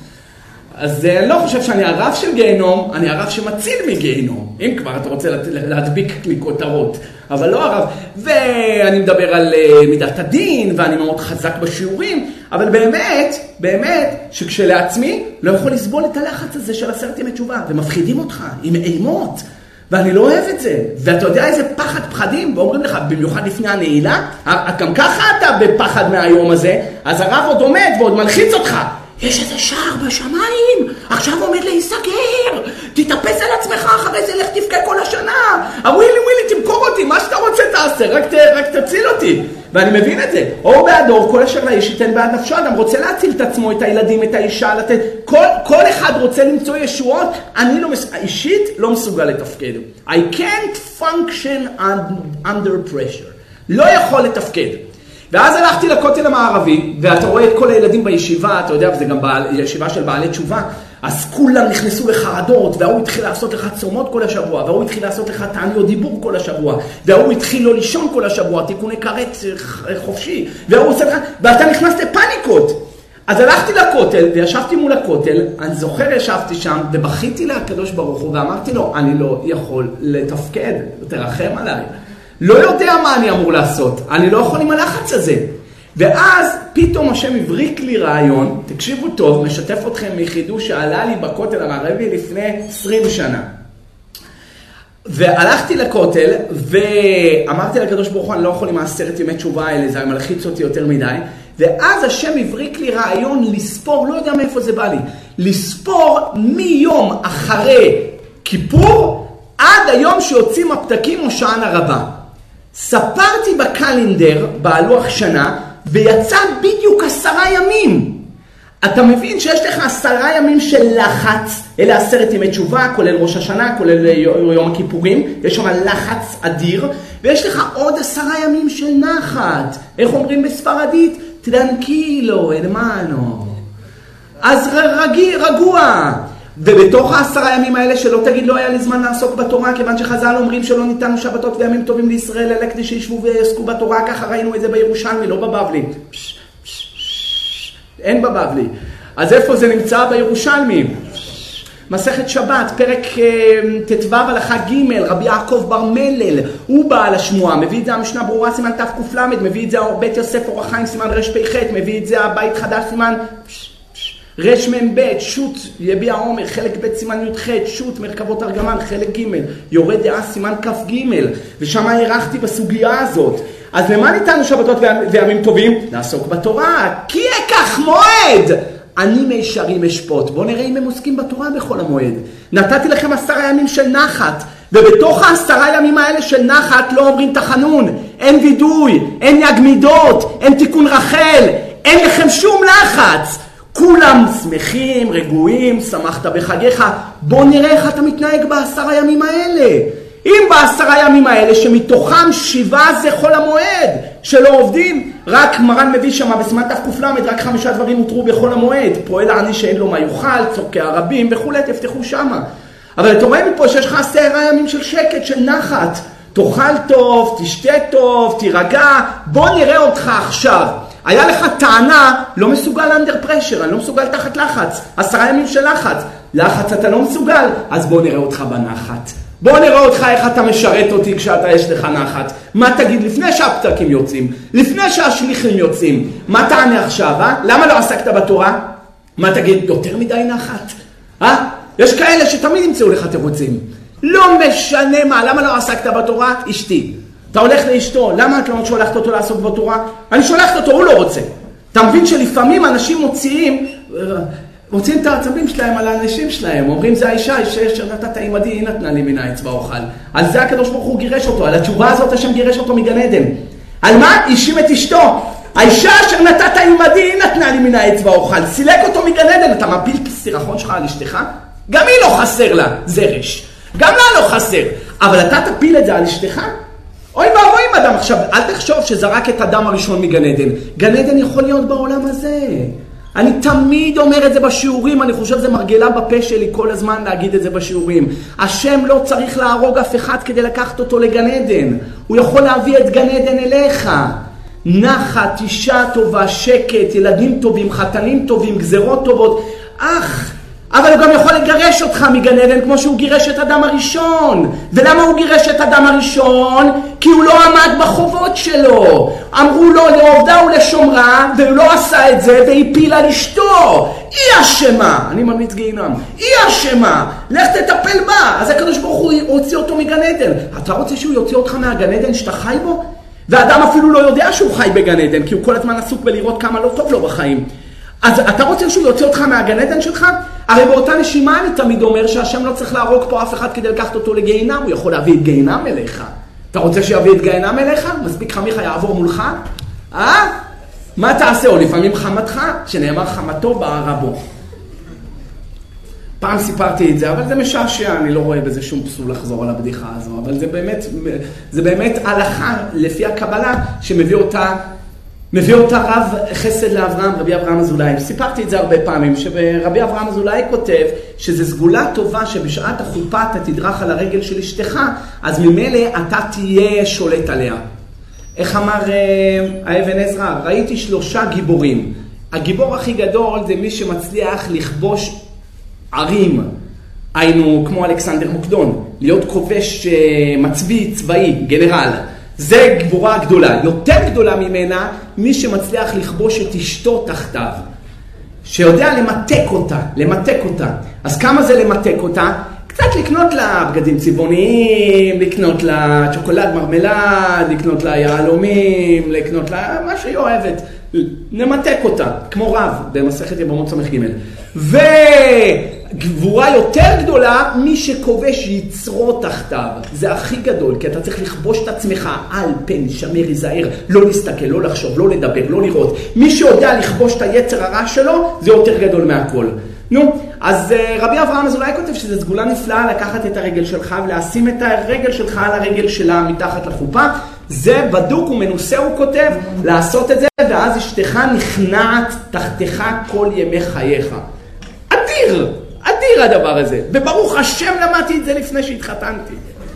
Speaker 1: אז אני לא חושב שאני הרב של גיהינום, אני הרב שמציל מגיהינום. אם כבר אתה רוצה להדביק לי כותרות, אבל לא הרב. ואני מדבר על מידת הדין, ואני מאוד חזק בשיעורים, אבל באמת, באמת, שכשלעצמי לא יכול לסבול את הלחץ הזה של עשרת ימי תשובה, ומפחידים אותך עם אימות, ואני לא אוהב את זה. ואתה יודע איזה פחד פחדים, ואומרים לך, במיוחד לפני הנעילה, גם ככה אתה בפחד מהיום הזה, אז הרב עוד עומד ועוד מלחיץ אותך. יש איזה שער בשמיים, עכשיו עומד להיסגר, תתאפס על עצמך, אחרי זה לך תבכה כל השנה. הווילי ווילי תמכור אותי, מה שאתה רוצה תעשה, רק, ת, רק תציל אותי. ואני מבין את זה, אור בעדור, כל אשר לאיש ייתן בעד נפשו, אדם רוצה להציל את עצמו, את הילדים, את האישה, לתת, כל, כל אחד רוצה למצוא ישועות, אני לא, אישית לא מסוגל לתפקד. I can't function under pressure, לא יכול לתפקד. ואז הלכתי לכותל המערבי, ואתה רואה את כל הילדים בישיבה, אתה יודע, וזה גם ישיבה של בעלי תשובה, אז כולם נכנסו לחרדות, והוא התחיל לעשות לך צומות כל השבוע, והוא התחיל לעשות לך תעניות דיבור כל השבוע, והוא התחיל לא לישון כל השבוע, תיקוני כרת חופשי, והוא עושה לך, ואתה נכנס לפניקות. אז הלכתי לכותל, וישבתי מול הכותל, אני זוכר ישבתי שם, ובכיתי לקדוש ברוך הוא, ואמרתי לו, אני לא יכול לתפקד, תרחם עליי. לא יודע מה אני אמור לעשות, אני לא יכול עם הלחץ הזה. ואז פתאום השם הבריק לי רעיון, תקשיבו טוב, משתף אתכם מחידוש שעלה לי בכותל המערבי לפני עשרים שנה. והלכתי לכותל ואמרתי לקדוש ברוך הוא, אני לא יכול עם העשרת ימי תשובה האלה, זה מלחיץ אותי יותר מדי. ואז השם הבריק לי רעיון לספור, לא יודע מאיפה זה בא לי, לספור מיום אחרי כיפור עד היום שיוצאים הפתקים הושענא רבה. ספרתי בקלנדר, בהלוח שנה, ויצא בדיוק עשרה ימים. אתה מבין שיש לך עשרה ימים של לחץ, אלה עשרת ימי תשובה, כולל ראש השנה, כולל יום הכיפורים, יש שם לחץ אדיר, ויש לך עוד עשרה ימים של נחת. איך אומרים בספרדית? טרנקילו, הרמנו. אז רגיע, רגוע. ובתוך העשרה ימים האלה שלא תגיד לא היה לי זמן לעסוק בתורה, כיוון שחז"ל אומרים שלא ניתנו שבתות וימים טובים לישראל, אלא כדי שישבו ויעסקו בתורה, ככה ראינו את זה בירושלמי, לא בבבלי. פש, פש, פש, אין בבבלי. אז איפה זה נמצא? בירושלמי. מסכת שבת, פרק תתוו הלכה ג', רבי יעקב בר מלל, הוא בעל השמועה, מביא את זה המשנה ברורה סימן תק"ל, מביא את זה בית יוסף אור החיים סימן רפ"ח, מביא את זה הבית חדש סימן רש מ"ב, שוט יביע עומר, חלק ב' סימן י"ח, שוט מרכבות ארגמן, חלק ג', יורד דעה סימן כ"ג, ושם הערכתי בסוגיה הזאת. אז למה ניתנו שבתות וימים טובים? לעסוק בתורה, כי אקח מועד! אני מישרים אשפוט. בואו נראה אם הם עוסקים בתורה בכל המועד. נתתי לכם עשרה ימים של נחת, ובתוך העשרה ימים האלה של נחת לא אומרים תחנון, אין וידוי, אין יג מידות, אין תיקון רחל, אין לכם שום לחץ. כולם שמחים, רגועים, שמחת בחגיך. בוא נראה איך אתה מתנהג בעשרה ימים האלה. אם בעשרה ימים האלה שמתוכם שבעה זה חול המועד שלא עובדים, רק מרן מביא שמה בסימן תק"ל, רק חמישה דברים הותרו בחול המועד. פועל העני שאין לו מה יאכל, צורכי הרבים וכולי, תפתחו שמה. אבל אתה רואה מפה שיש לך עשרה ימים של שקט, של נחת. תאכל טוב, תשתה טוב, תירגע. בוא נראה אותך עכשיו. היה לך טענה, לא מסוגל אנדר פרשר, אני לא מסוגל תחת לחץ. עשרה ימים של לחץ. לחץ אתה לא מסוגל, אז בוא נראה אותך בנחת. בוא נראה אותך איך אתה משרת אותי כשאתה יש לך נחת. מה תגיד לפני שהפתקים יוצאים? לפני שהשליחים יוצאים? מה תענה עכשיו, אה? למה לא עסקת בתורה? מה תגיד? יותר מדי נחת? אה? יש כאלה שתמיד ימצאו לך תירוצים. לא משנה מה, למה לא עסקת בתורה? אשתי. אתה הולך לאשתו, למה את לא שולחת אותו לעסוק בתורה? אני שולחת אותו, הוא לא רוצה. אתה מבין שלפעמים אנשים מוציאים, מוצאים את העצבים שלהם על האנשים שלהם, אומרים זה האישה, האישה שנתת עימדי, היא נתנה לי מן העץ ואוכל. על זה הקדוש ברוך הוא גירש אותו, על התשובה הזאת השם גירש אותו מגן עדן. על מה? האשים את אשתו. האישה אשר נתת עימדי, היא נתנה לי מן העץ ואוכל. סילק אותו מגן עדן, אתה מפיל סירחון שלך על אשתך? גם היא לא חסר לה זרש. גם לה לא חסר. אבל אתה תפיל את זה על אשתך? אוי ואבוי עם אדם. עכשיו, אל תחשוב שזרק את אדם הראשון מגן עדן. גן עדן יכול להיות בעולם הזה. אני תמיד אומר את זה בשיעורים, אני חושב זה מרגלה בפה שלי כל הזמן להגיד את זה בשיעורים. השם לא צריך להרוג אף אחד כדי לקחת אותו לגן עדן. הוא יכול להביא את גן עדן אליך. נחת, אישה טובה, שקט, ילדים טובים, חתנים טובים, גזרות טובות. אך, אבל הוא גם יכול לגרש אותך מגן עדן כמו שהוא גירש את אדם הראשון. ולמה הוא גירש את אדם הראשון? כי הוא לא עמד בחובות שלו. אמרו לו לעובדה ולשומרה, והוא לא עשה את זה והפיל על אשתו. היא אשמה. אני ממליץ גיהינום. היא אשמה. לך תטפל בה. אז הקדוש ברוך הוא הוציא אותו מגן עדן. אתה רוצה שהוא יוציא אותך מהגן עדן שאתה חי בו? ואדם אפילו לא יודע שהוא חי בגן עדן, כי הוא כל הזמן עסוק בלראות כמה לא טוב לו בחיים. אז אתה רוצה שהוא יוציא אותך מהגן עדן שלך? הרי באותה נשימה אני תמיד אומר שהשם לא צריך להרוג פה אף אחד כדי לקחת אותו לגיהינם, הוא יכול להביא את גיהינם אליך. אתה רוצה שיביא את גיהינם אליך? מספיק חמיך יעבור מולך? אה? מה תעשה? או לפעמים חמתך, שנאמר חמתו בערה בו. פעם סיפרתי את זה, אבל זה משעשע, אני לא רואה בזה שום פסול לחזור על הבדיחה הזו, אבל זה באמת, זה באמת הלכה לפי הקבלה שמביא אותה, מביא אותה רב חסד לאברהם, רבי אברהם אזולאי. סיפרתי את זה הרבה פעמים, שרבי אברהם אזולאי כותב שזה סגולה טובה שבשעת החופה אתה תדרך על הרגל של אשתך, אז ממילא אתה תהיה שולט עליה. איך אמר האבן עזרא? ראיתי שלושה גיבורים. הגיבור הכי גדול זה מי שמצליח לכבוש ערים, היינו כמו אלכסנדר מוקדון, להיות כובש מצביא צבאי, גנרל. זה גבורה גדולה. יותר גדולה ממנה מי שמצליח לכבוש את אשתו תחתיו, שיודע למתק אותה, למתק אותה. אז כמה זה למתק אותה? קצת לקנות לה בגדים צבעוניים, לקנות לה צ'וקולד מרמלד, לקנות לה יהלומים, לקנות לה מה שהיא אוהבת. נמתק אותה, כמו רב במסכת יבמות סמך ג'. וגבורה יותר גדולה, מי שכובש יצרו תחתיו. זה הכי גדול, כי אתה צריך לכבוש את עצמך על פן, שמר, יזהר, לא להסתכל, לא לחשוב, לא לדבר, לא לראות. מי שיודע לכבוש את היצר הרע שלו, זה יותר גדול מהכל. נו, אז רבי אברהם אזולאי כותב שזה סגולה נפלאה לקחת את הרגל שלך ולשים את הרגל שלך על הרגל שלה מתחת לחופה. זה בדוק ומנוסה, הוא כותב, לעשות את זה, ואז אשתך נכנעת תחתך כל ימי חייך. אדיר, אדיר הדבר הזה. וברוך השם למדתי את זה לפני שהתחתנתי.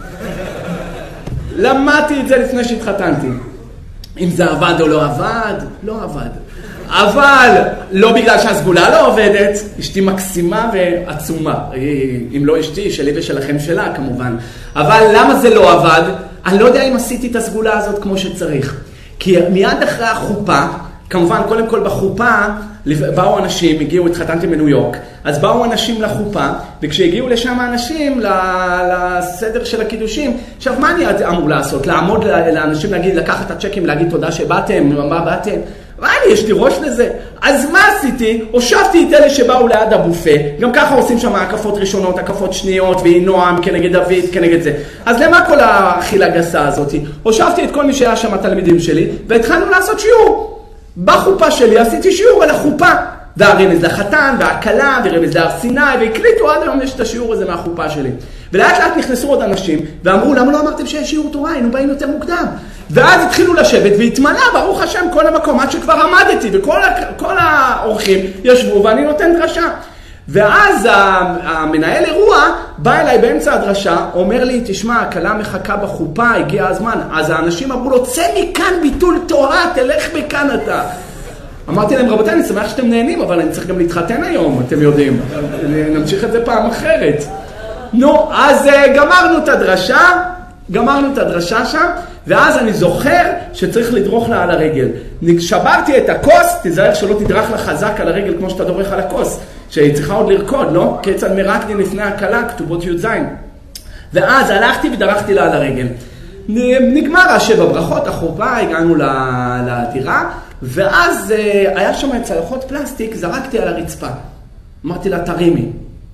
Speaker 1: למדתי את זה לפני שהתחתנתי. אם זה עבד או לא עבד, לא עבד. אבל לא בגלל שהסגולה לא עובדת, אשתי מקסימה ועצומה. אם לא אשתי, שלי ושלכם שלה כמובן. אבל למה זה לא עבד? אני לא יודע אם עשיתי את הסגולה הזאת כמו שצריך. כי מיד אחרי החופה, כמובן קודם כל בחופה, באו אנשים, הגיעו, התחתנתי בניו יורק, אז באו אנשים לחופה, וכשהגיעו לשם האנשים לסדר של הקידושים, עכשיו מה אני אמור לעשות? לעמוד לאנשים, להגיד, לקחת את הצ'קים, להגיד תודה שבאתם, מה באתם? מה אני, יש לי ראש לזה? אז מה עשיתי? הושבתי את אלה שבאו ליד הבופה, גם ככה עושים שם הקפות ראשונות, הקפות שניות, והיא נועם כנגד דוד, כנגד זה. אז למה כל האכילה גסה הזאת? הושבתי את כל מי שהיה שם התלמידים שלי, והתחלנו לעשות שיעור. בחופה שלי עשיתי שיעור על החופה, והרמז לחתן, והקלה, ורמז להר סיני, והקליטו עד היום יש את השיעור הזה מהחופה שלי. ולאט לאט נכנסו עוד אנשים, ואמרו, למה לא אמרתם שיש שיעור תורה? היינו באים יותר מוקדם. ואז התחילו לשבת, והתמלא, ברוך השם, כל המקום, עד שכבר עמדתי, וכל כל האורחים ישבו, ואני נותן דרשה. ואז המנהל אירוע בא אליי באמצע הדרשה, אומר לי, תשמע, הקלה מחכה בחופה, הגיע הזמן. אז האנשים אמרו לו, צא מכאן ביטול תורה, תלך מכאן אתה. אמרתי להם, רבותיי, אני שמח שאתם נהנים, אבל אני צריך גם להתחתן היום, אתם יודעים. נמשיך את זה פעם אחרת. נו, אז גמרנו את הדרשה, גמרנו את הדרשה שם, ואז אני זוכר שצריך לדרוך לה על הרגל. שברתי את הכוס, תזהר שלא תדרך לה חזק על הרגל כמו שאתה דורך על הכוס, שהיא צריכה עוד לרקוד, לא? כיצד מרקדין לפני הקלה, כתובות י' ז'. ואז הלכתי ודרכתי לה על הרגל. נגמר השבע ברכות, החופה, הגענו לדירה, ואז היה שם צלחות פלסטיק, זרקתי על הרצפה. אמרתי לה, תרימי.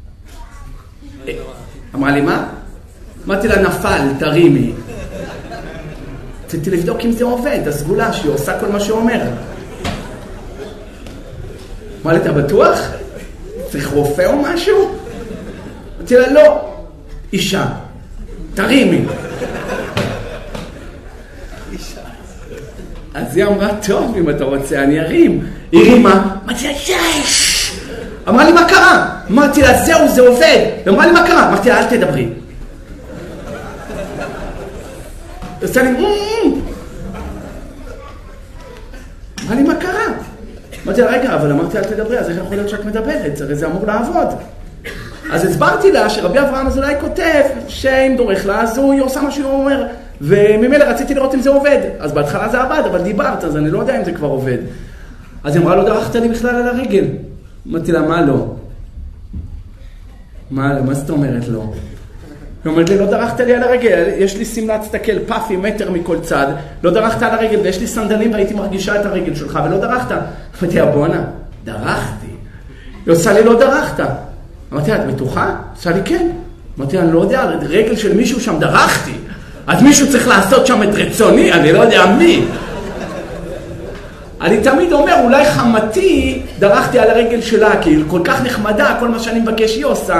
Speaker 1: אמרה לי, מה? אמרתי לה, נפל, תרימי. רציתי לבדוק אם זה עובד, הסגולה שהיא עושה כל מה שהוא אומר. אמרה לי, אתה בטוח? צריך רופא או משהו? אמרתי לה, לא. אישה, תרימי. אז היא אמרה, טוב, אם אתה רוצה, אני ארים. היא הרימה, אמרתי לה, יש! אמרה לי, מה קרה? אמרתי לה, זהו, זה עובד. היא אמרה לי, מה קרה? אמרתי לה, אל תדברי. היא עושה לי, אמרה לי, מה קרה? אמרתי לה, רגע, אבל אמרתי לה, אל תדברי, אז איך יכול להיות שאת מדברת? הרי זה אמור לעבוד. אז הסברתי לה שרבי אברהם אזולאי כותב שאם דורך לה, אז הוא עושה מה שהוא אומר. וממילא רציתי לראות אם זה עובד. אז בהתחלה זה עבד, אבל דיברת, אז אני לא יודע אם זה כבר עובד. אז היא אמרה, לא דרכת לי בכלל על הרגל. אמרתי לה, מה לא? מה, מה זאת אומרת לא? היא אומרת לי, לא דרכת לי על הרגל, יש לי סמלת סתכל, פאפי, מטר מכל צד, לא דרכת על הרגל, ויש לי סנדלים והייתי מרגישה את הרגל שלך, ולא דרכת. אמרתי לה, בונה, דרכתי. היא עושה לי, לא דרכת. אמרתי לה, את בטוחה? עושה לי, כן. אמרתי לה, אני לא יודע, רגל של מישהו שם דרכתי. אז מישהו צריך לעשות שם את רצוני, אני לא יודע מי. אני תמיד אומר, אולי חמתי דרכתי על הרגל שלה, כי היא כל כך נחמדה, כל מה שאני מבקש היא עושה,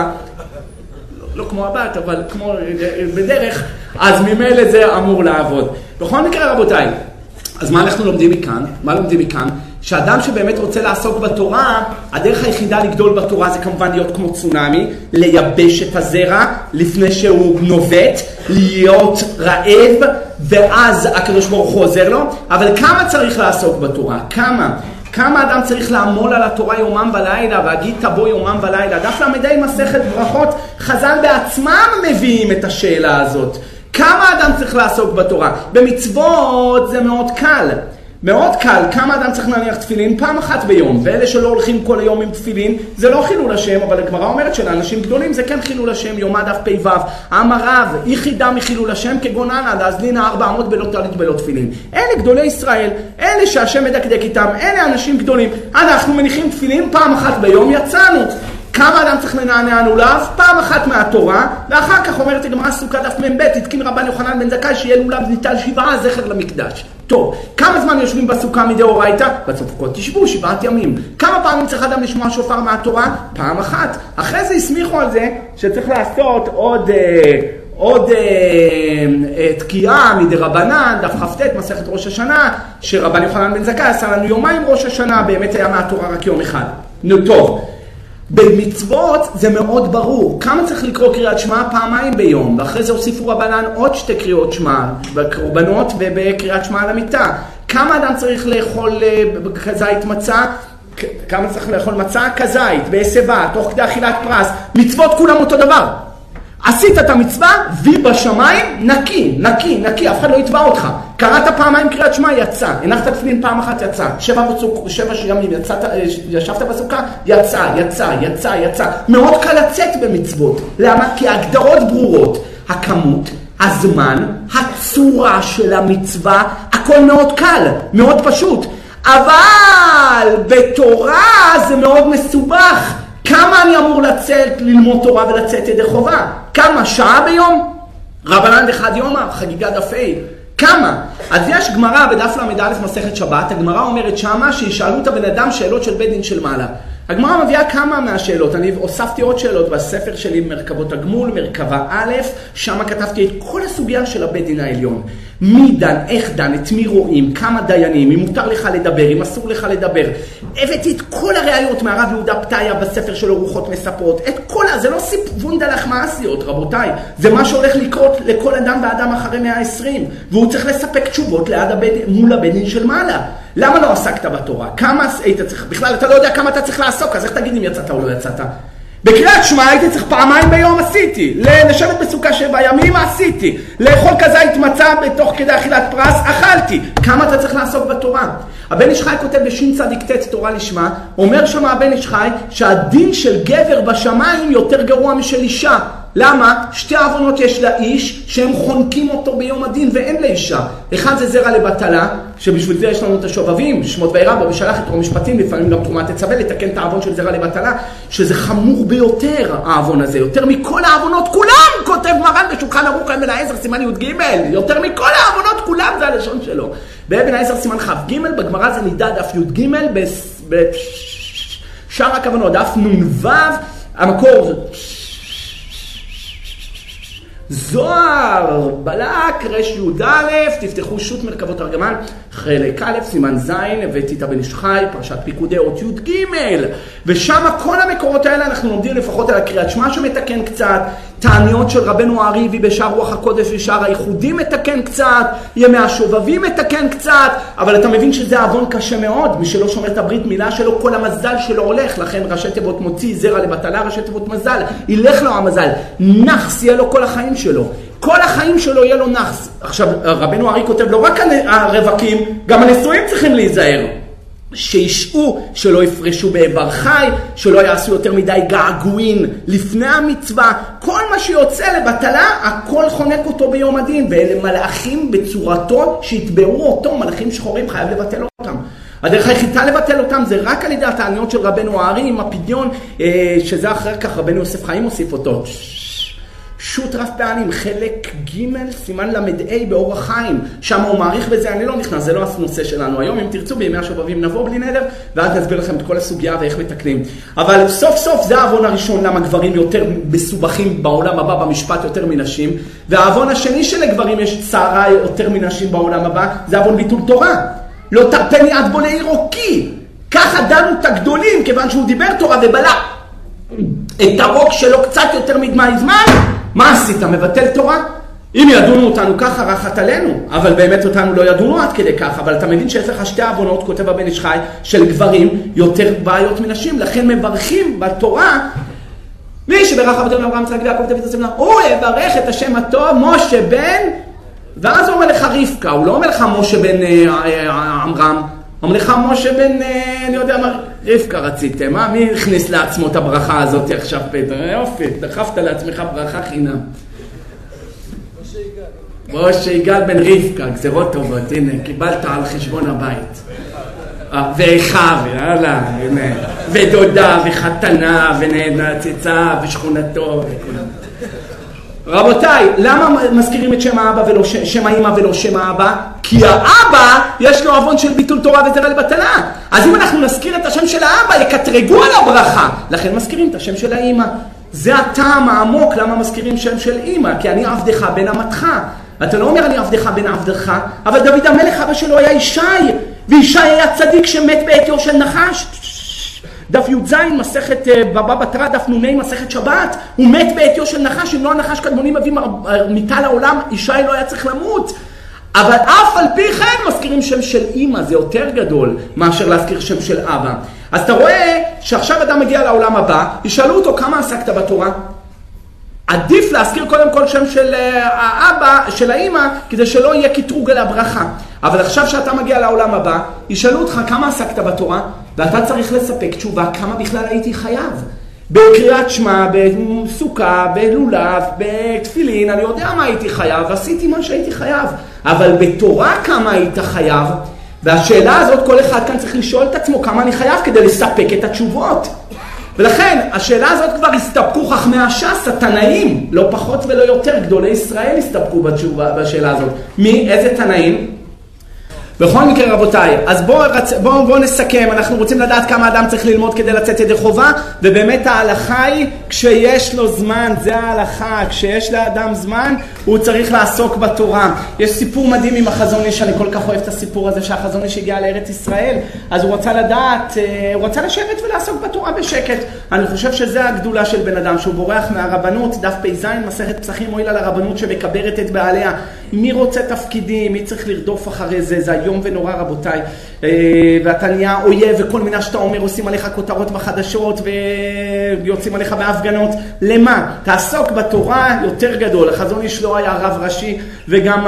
Speaker 1: לא, לא כמו הבת, אבל כמו בדרך, אז ממילא זה אמור לעבוד. בכל מקרה, רבותיי, אז מה אנחנו לומדים מכאן? מה לומדים מכאן? שאדם שבאמת רוצה לעסוק בתורה, הדרך היחידה לגדול בתורה זה כמובן להיות כמו צונאמי, לייבש את הזרע לפני שהוא נובט, להיות רעב, ואז הקדוש ברוך הוא עוזר לו. אבל כמה צריך לעסוק בתורה? כמה? כמה אדם צריך לעמול על התורה יומם ולילה, והגיד תבוא יומם ולילה? דף למדי מסכת ברכות, חז"ל בעצמם מביאים את השאלה הזאת. כמה אדם צריך לעסוק בתורה? במצוות זה מאוד קל. מאוד קל, כמה אדם צריך להניח תפילין? פעם אחת ביום. ואלה שלא הולכים כל היום עם תפילין, זה לא חילול השם, אבל הגמרא אומרת שלאנשים גדולים זה כן חילול השם, יומא דף פ"ו. אמר רב, יחידה מחילול השם כגון אנא דאזלינא ארבע אמות בלא טלית בלא תפילין. אלה גדולי ישראל, אלה שהשם מדקדק איתם, אלה אנשים גדולים. אנחנו מניחים תפילין פעם אחת ביום, יצאנו. כמה אדם צריך לנענע לולב? פעם אחת מהתורה, ואחר כך אומרת הגמרא סוכה דף מ"ב, התקין רבן יוחנן בן זכאי שיהיה לולב ניטל שבעה זכר למקדש. טוב, כמה זמן יושבים בסוכה מדאורייתא? בסוכות תשבו שבעת ימים. כמה פעמים צריך אדם לשמוע שופר מהתורה? פעם אחת. אחרי זה הסמיכו על זה שצריך לעשות עוד אה, עוד אה, אה, תקיעה מדרבנן, דף כ"ט, מסכת ראש השנה, שרבן יוחנן בן זכאי עשה לנו יומיים ראש השנה, באמת היה מהתורה רק יום אחד. נו טוב. במצוות זה מאוד ברור. כמה צריך לקרוא קריאת שמע? פעמיים ביום. ואחרי זה הוסיפו רבנן עוד שתי קריאות שמע, בקורבנות ובקריאת שמע על המיטה. כמה אדם צריך לאכול כזית מצה? כמה צריך לאכול מצה? כזית, בהסבה, תוך כדי אכילת פרס. מצוות כולם אותו דבר. עשית את המצווה, וי בשמיים, נקי, נקי, נקי, אף אחד לא יתבע אותך. קראת פעמיים קריאת שמע, יצא. הנחת תפילין פעם אחת, יצא. שבע, בצוק, שבע ימים, יצאת, ישבת בסוכה, יצא, יצא, יצא, יצא. מאוד קל לצאת במצוות. למה? כי ההגדרות ברורות. הכמות, הזמן, הצורה של המצווה, הכל מאוד קל, מאוד פשוט. אבל בתורה זה מאוד מסובך. כמה אני אמור לצאת, ללמוד תורה ולצאת ידי חובה? כמה? שעה ביום? רבנן דחד יומא, חגיגה דף ה'. כמה? אז יש גמרא בדף למד א' מסכת שבת, הגמרא אומרת שמה שישאלו את הבן אדם שאלות של בית דין של מעלה. הגמרא מביאה כמה מהשאלות, אני הוספתי עוד שאלות בספר שלי מרכבות הגמול, מרכבה א', שם כתבתי את כל הסוגיה של הבית דין העליון. מי דן, איך דן, את מי רואים, כמה דיינים, אם מותר לך לדבר, אם אסור לך לדבר. הבאתי את כל הראיות מהרב יהודה פתיה בספר שלו רוחות מספרות, את כל, זה לא סיפונדלך מעשיות רבותיי, זה מה שהולך לקרות לכל אדם ואדם אחרי מאה ועשרים, והוא צריך לספק תשובות ליד הבד, מול הבית דין של מעלה. למה לא עסקת בתורה? כמה היית צריך? בכלל אתה לא יודע כמה אתה צריך לעסוק, אז איך תגיד אם יצאת או לא יצאת? בקריאת שמע הייתי צריך פעמיים ביום עשיתי, לשבת בסוכה שבע ימים עשיתי, לאכול כזית מצה בתוך כדי אכילת פרס אכלתי. כמה אתה צריך לעסוק בתורה? הבן איש חי כותב בשין צדיק ט' תורה לשמה, אומר שם הבן איש חי שהדין של גבר בשמיים יותר גרוע משל אישה.
Speaker 2: למה? שתי עוונות יש לאיש שהם חונקים אותו ביום הדין ואין לאישה. אחד זה זרע לבטלה, שבשביל זה יש לנו את השובבים, שמות וירא בו ושלח את תורה משפטים, לפעמים גם תרומה תצווה לתקן את העוון של זרע לבטלה, שזה חמור ביותר העוון הזה, יותר מכל העוונות כולם, כותב מרן בשולחן ערוך אבן העזר סימן י"ג, יותר מכל העוונות כולם, זה הלשון שלו. באבן העזר סימן כ"ג, בגמרא זה נידע דף י"ג, בשאר הכוונות, דף נ"ו, המקור זה זוהר, בלק, רש י"א, תפתחו שו"ת מרכבות תרגמן, חלק א', סימן ז', הבאתי את הבן איש חי, פרשת פיקודי אות י"ג, ושם כל המקורות האלה אנחנו לומדים לפחות על הקריאת שמע שמתקן קצת, תעניות של רבנו האריבי בשער רוח הקודש ושער הייחודים מתקן קצת, ימי השובבים מתקן קצת, אבל אתה מבין שזה עוון קשה מאוד, מי שלא שומר את הברית מילה שלו, כל המזל שלו הולך, לכן ראשי תיבות מוציא, זרע לבטלה, ראשי תיבות מזל, ילך לו המזל, נחס יהיה לו כל החיים שלו, כל החיים שלו יהיה לו נחס. עכשיו רבנו הארי כותב לא רק הרווקים, גם הנשואים צריכים להיזהר, שישעו, שלא יפרשו באיבר חי, שלא יעשו יותר מדי געגועין לפני המצווה, כל מה שיוצא לבטלה, הכל חונק אותו ביום הדין, ואלה מלאכים בצורתו שהתבעו אותו, מלאכים שחורים, חייב לבטל אותם. הדרך היחידה לבטל אותם זה רק על ידי התעניות של רבנו הארי עם הפדיון, שזה אחר כך רבנו יוסף חיים הוסיף אותו. שו"ת רב פעמים, חלק ג' סימן למדעי באורח חיים, שם הוא מעריך בזה, אני לא נכנס, זה לא הנושא שלנו היום, אם תרצו בימי השובבים נבוא בלי נדר, ואז נסביר לכם את כל הסוגיה ואיך מתקנים. אבל סוף סוף זה העוון הראשון, למה גברים יותר מסובכים בעולם הבא במשפט יותר מנשים, והעוון השני שלגברים יש צערה יותר מנשים בעולם הבא, זה עוון ביטול תורה. לא תרפני עד בו לעירוקי, ככה דנו את הגדולים, כיוון שהוא דיבר תורה ובלע את הרוק שלו קצת יותר מדמי זמן, מה עשית? מבטל תורה? אם ידונו אותנו ככה, רחת עלינו, אבל באמת אותנו לא ידונו עד כדי ככה, אבל אתה מבין שיש לך שתי עוונות, כותב הבן איש חי, של גברים יותר בעיות מנשים, לכן מברכים בתורה, מי שברך אבותינו אברהם יצחק ויעקב דוד יוסף, הוא יברך את השם הטוב, משה בן, ואז הוא אומר לך רבקה, הוא לא אומר לך משה בן עמרם, הוא אומר לך משה בן, אני יודע מה, רבקה רציתם, אה? מי הכניס לעצמו את הברכה הזאת עכשיו פתר? יופי, דחפת לעצמך ברכה חינם. משה יגאל בן רבקה, גזירות טובות, הנה, קיבלת על חשבון הבית. ואחיו, יאללה, הנה, ודודה וחתנה ונציצה ושכונתו וכולם. רבותיי, למה מזכירים את שם האבא ולא שם האמא ולא שם האבא? כי האבא יש לו עוון של ביטול תורה וזרע לבטלה. אז אם אנחנו נזכיר את השם של האבא, יקטרגו על הברכה. לכן מזכירים את השם של האמא. זה הטעם העמוק למה מזכירים שם של אמא, כי אני עבדך בן אמתך. אתה לא אומר אני עבדך בן עבדך, אבל דוד המלך אבא שלו היה ישי, וישי היה צדיק שמת בעטיו של נחש. דף י"ז, מסכת בבא בתרא, דף נ"ה, מסכת שבת, הוא מת בעטיו של נחש, אם לא הנחש קדמוני מביא מיתה לעולם, ישי לא היה צריך למות. אבל אף על פי כן מזכירים שם של אמא, זה יותר גדול מאשר להזכיר שם של אבא. אז אתה רואה שעכשיו אדם מגיע לעולם הבא, ישאלו אותו כמה עסקת בתורה? עדיף להזכיר קודם כל שם של האבא, של האמא, כדי שלא יהיה קטרוג על הברכה. אבל עכשיו שאתה מגיע לעולם הבא, ישאלו אותך כמה עסקת בתורה, ואתה צריך לספק תשובה כמה בכלל הייתי חייב. בקריאת שמע, בסוכה, בלולב, בתפילין, אני יודע מה הייתי חייב, עשיתי מה שהייתי חייב. אבל בתורה כמה היית חייב, והשאלה הזאת כל אחד כאן צריך לשאול את עצמו כמה אני חייב כדי לספק את התשובות. ולכן השאלה הזאת כבר הסתפקו חכמי הש"ס, התנאים, לא פחות ולא יותר, גדולי ישראל הסתפקו בתשובה, בשאלה הזאת. מי? איזה תנאים? בכל מקרה רבותיי, אז בואו בוא, בוא נסכם, אנחנו רוצים לדעת כמה אדם צריך ללמוד כדי לצאת ידי חובה, ובאמת ההלכה היא, כשיש לו זמן, זה ההלכה, כשיש לאדם זמן, הוא צריך לעסוק בתורה. יש סיפור מדהים עם החזון איש, אני כל כך אוהב את הסיפור הזה, שהחזון איש הגיע לארץ ישראל, אז הוא רצה לדעת, הוא רצה לשבת ולעסוק בתורה בשקט. אני חושב שזה הגדולה של בן אדם, שהוא בורח מהרבנות, דף פ"ז, מסכת פסחים, מועיל על הרבנות שמקברת את בעליה. מי רוצה תפקידים, מי צריך לרדוף אחרי זה, זה היום ונורא רבותיי. ואתה נהיה אויב וכל מיני שאתה אומר עושים עליך כותרות בחדשות ויוצאים עליך בהפגנות. למה? תעסוק בתורה יותר גדול. החזון איש לא היה רב ראשי וגם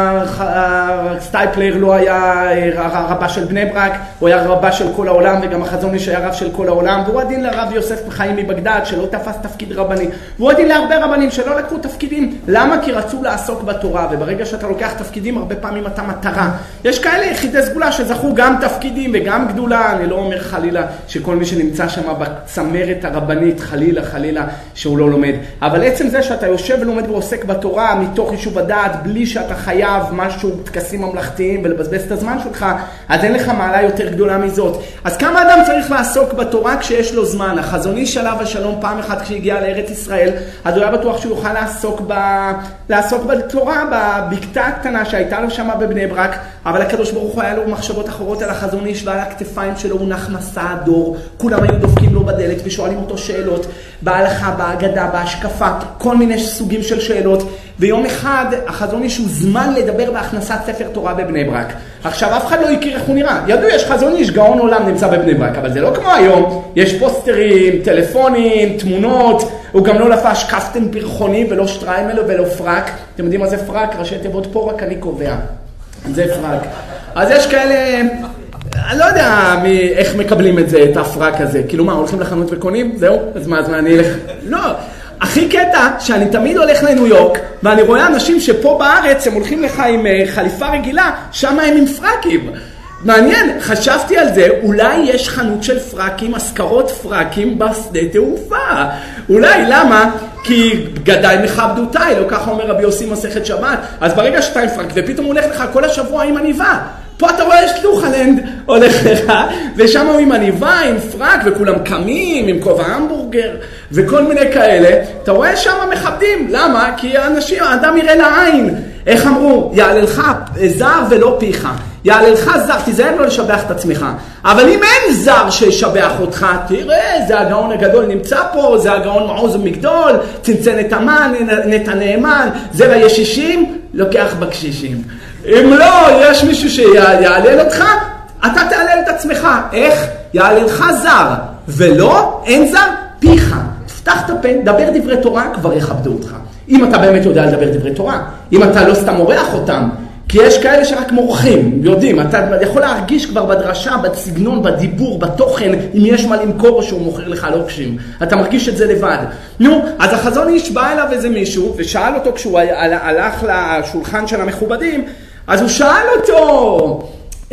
Speaker 2: הסטייפלר לא היה רבה של בני ברק, הוא היה רבה של כל העולם וגם החזון איש היה רב של כל העולם. והוא הדין לרב יוסף חיים מבגדד שלא תפס תפקיד רבני. והוא הדין להרבה רבנים שלא לקחו תפקידים. למה? כי רצו לעסוק בתורה, וברגע שאתה לוקח תפקידים הרבה פעמים אתה מטרה. יש כאלה יחידי סגולה שזכו גם תפקידים וגם גדולה. אני לא אומר חלילה שכל מי שנמצא שם בצמרת הרבנית חלילה חלילה שהוא לא לומד, אבל עצם זה שאתה יושב ולומד ועוסק בתורה מתוך יישוב הדעת בלי שאתה חייב משהו טקסים ממלכתיים ולבזבז את הזמן שלך, אז אין לך מעלה יותר גדולה מזאת. אז כמה אדם צריך לעסוק בתורה כשיש לו זמן? החזון איש עליו השלום פעם אחת כשהגיע לארץ ישראל, אז הוא היה בטוח שהוא יוכל לעסוק, ב... לעסוק בתורה בבקתה הקטנה שהייתה לו שם בבני ברק, אבל הקדוש ברוך הוא היה לו מחשבות אחרות על החזון איש, ועל הכתפיים שלו הונח מסע הדור, כולם היו דופקים לו בדלת ושואלים אותו שאלות בהלכה, בהגדה, בהשקפה, כל מיני סוגים של שאלות. ויום אחד החזון איש הוא זמן לדבר בהכנסת ספר תורה בבני ברק. עכשיו אף אחד לא הכיר איך הוא נראה. ידעו, יש חזון איש, גאון עולם נמצא בבני ברק, אבל זה לא כמו היום. יש פוסטרים, טלפונים, תמונות. הוא גם לא לפש קפטן פרחוני ולא שטריימל ולא פרק. אתם יודעים מה זה פרק? ראשי תיבות פה רק אני קובע. זה פרק. אז יש כאלה, אני לא יודע מי, איך מקבלים את זה, את הפרק הזה. כאילו מה, הולכים לחנות וקונים? זהו? אז מה, אז מה אני אלך? לא. הכי קטע שאני תמיד הולך לניו יורק, ואני רואה אנשים שפה בארץ הם הולכים לך עם חליפה רגילה, שם הם עם פרקים. מעניין, חשבתי על זה, אולי יש חנות של פרקים, הזכרות פרקים בשדה תעופה. אולי, למה? כי גדאי מכבדותיי, לא ככה אומר רבי יוסי מסכת שבת. אז ברגע שאתה עם פרק, ופתאום הוא הולך לך כל השבוע עם עניבה. פה אתה רואה שלוחלנד הולך לך, ושם הוא עם עניבה, עם פרק, וכולם קמים, עם כובע המבורגר, וכל מיני כאלה. אתה רואה שם מכבדים. למה? כי האנשים, האדם יראה לעין. איך אמרו? יעללך זר ולא פיך. יעללך זר, תיזהר לא לשבח את עצמך. אבל אם אין זר שישבח אותך, תראה, זה הגאון הגדול נמצא פה, זה הגאון מעוז ומגדול, צנצנת המן, נת הנאמן, זרע ישישים, לוקח בקשישים. אם לא, יש מישהו שיעלל אותך, אתה תעלל את עצמך. איך? יעללך זר, ולא, אין זר, פיך. תפתח את הפה, דבר דברי תורה, כבר יכבדו אותך. אם אתה באמת יודע לדבר דברי תורה, אם אתה לא סתם מורח אותם, כי יש כאלה שרק מורחים, יודעים, אתה יכול להרגיש כבר בדרשה, בסגנון, בדיבור, בתוכן, אם יש מה למכור או שהוא מוכר לך לוקשים. אתה מרגיש את זה לבד. נו, אז החזון איש בא אליו איזה מישהו, ושאל אותו כשהוא הלך לשולחן של המכובדים, אז הוא שאל אותו,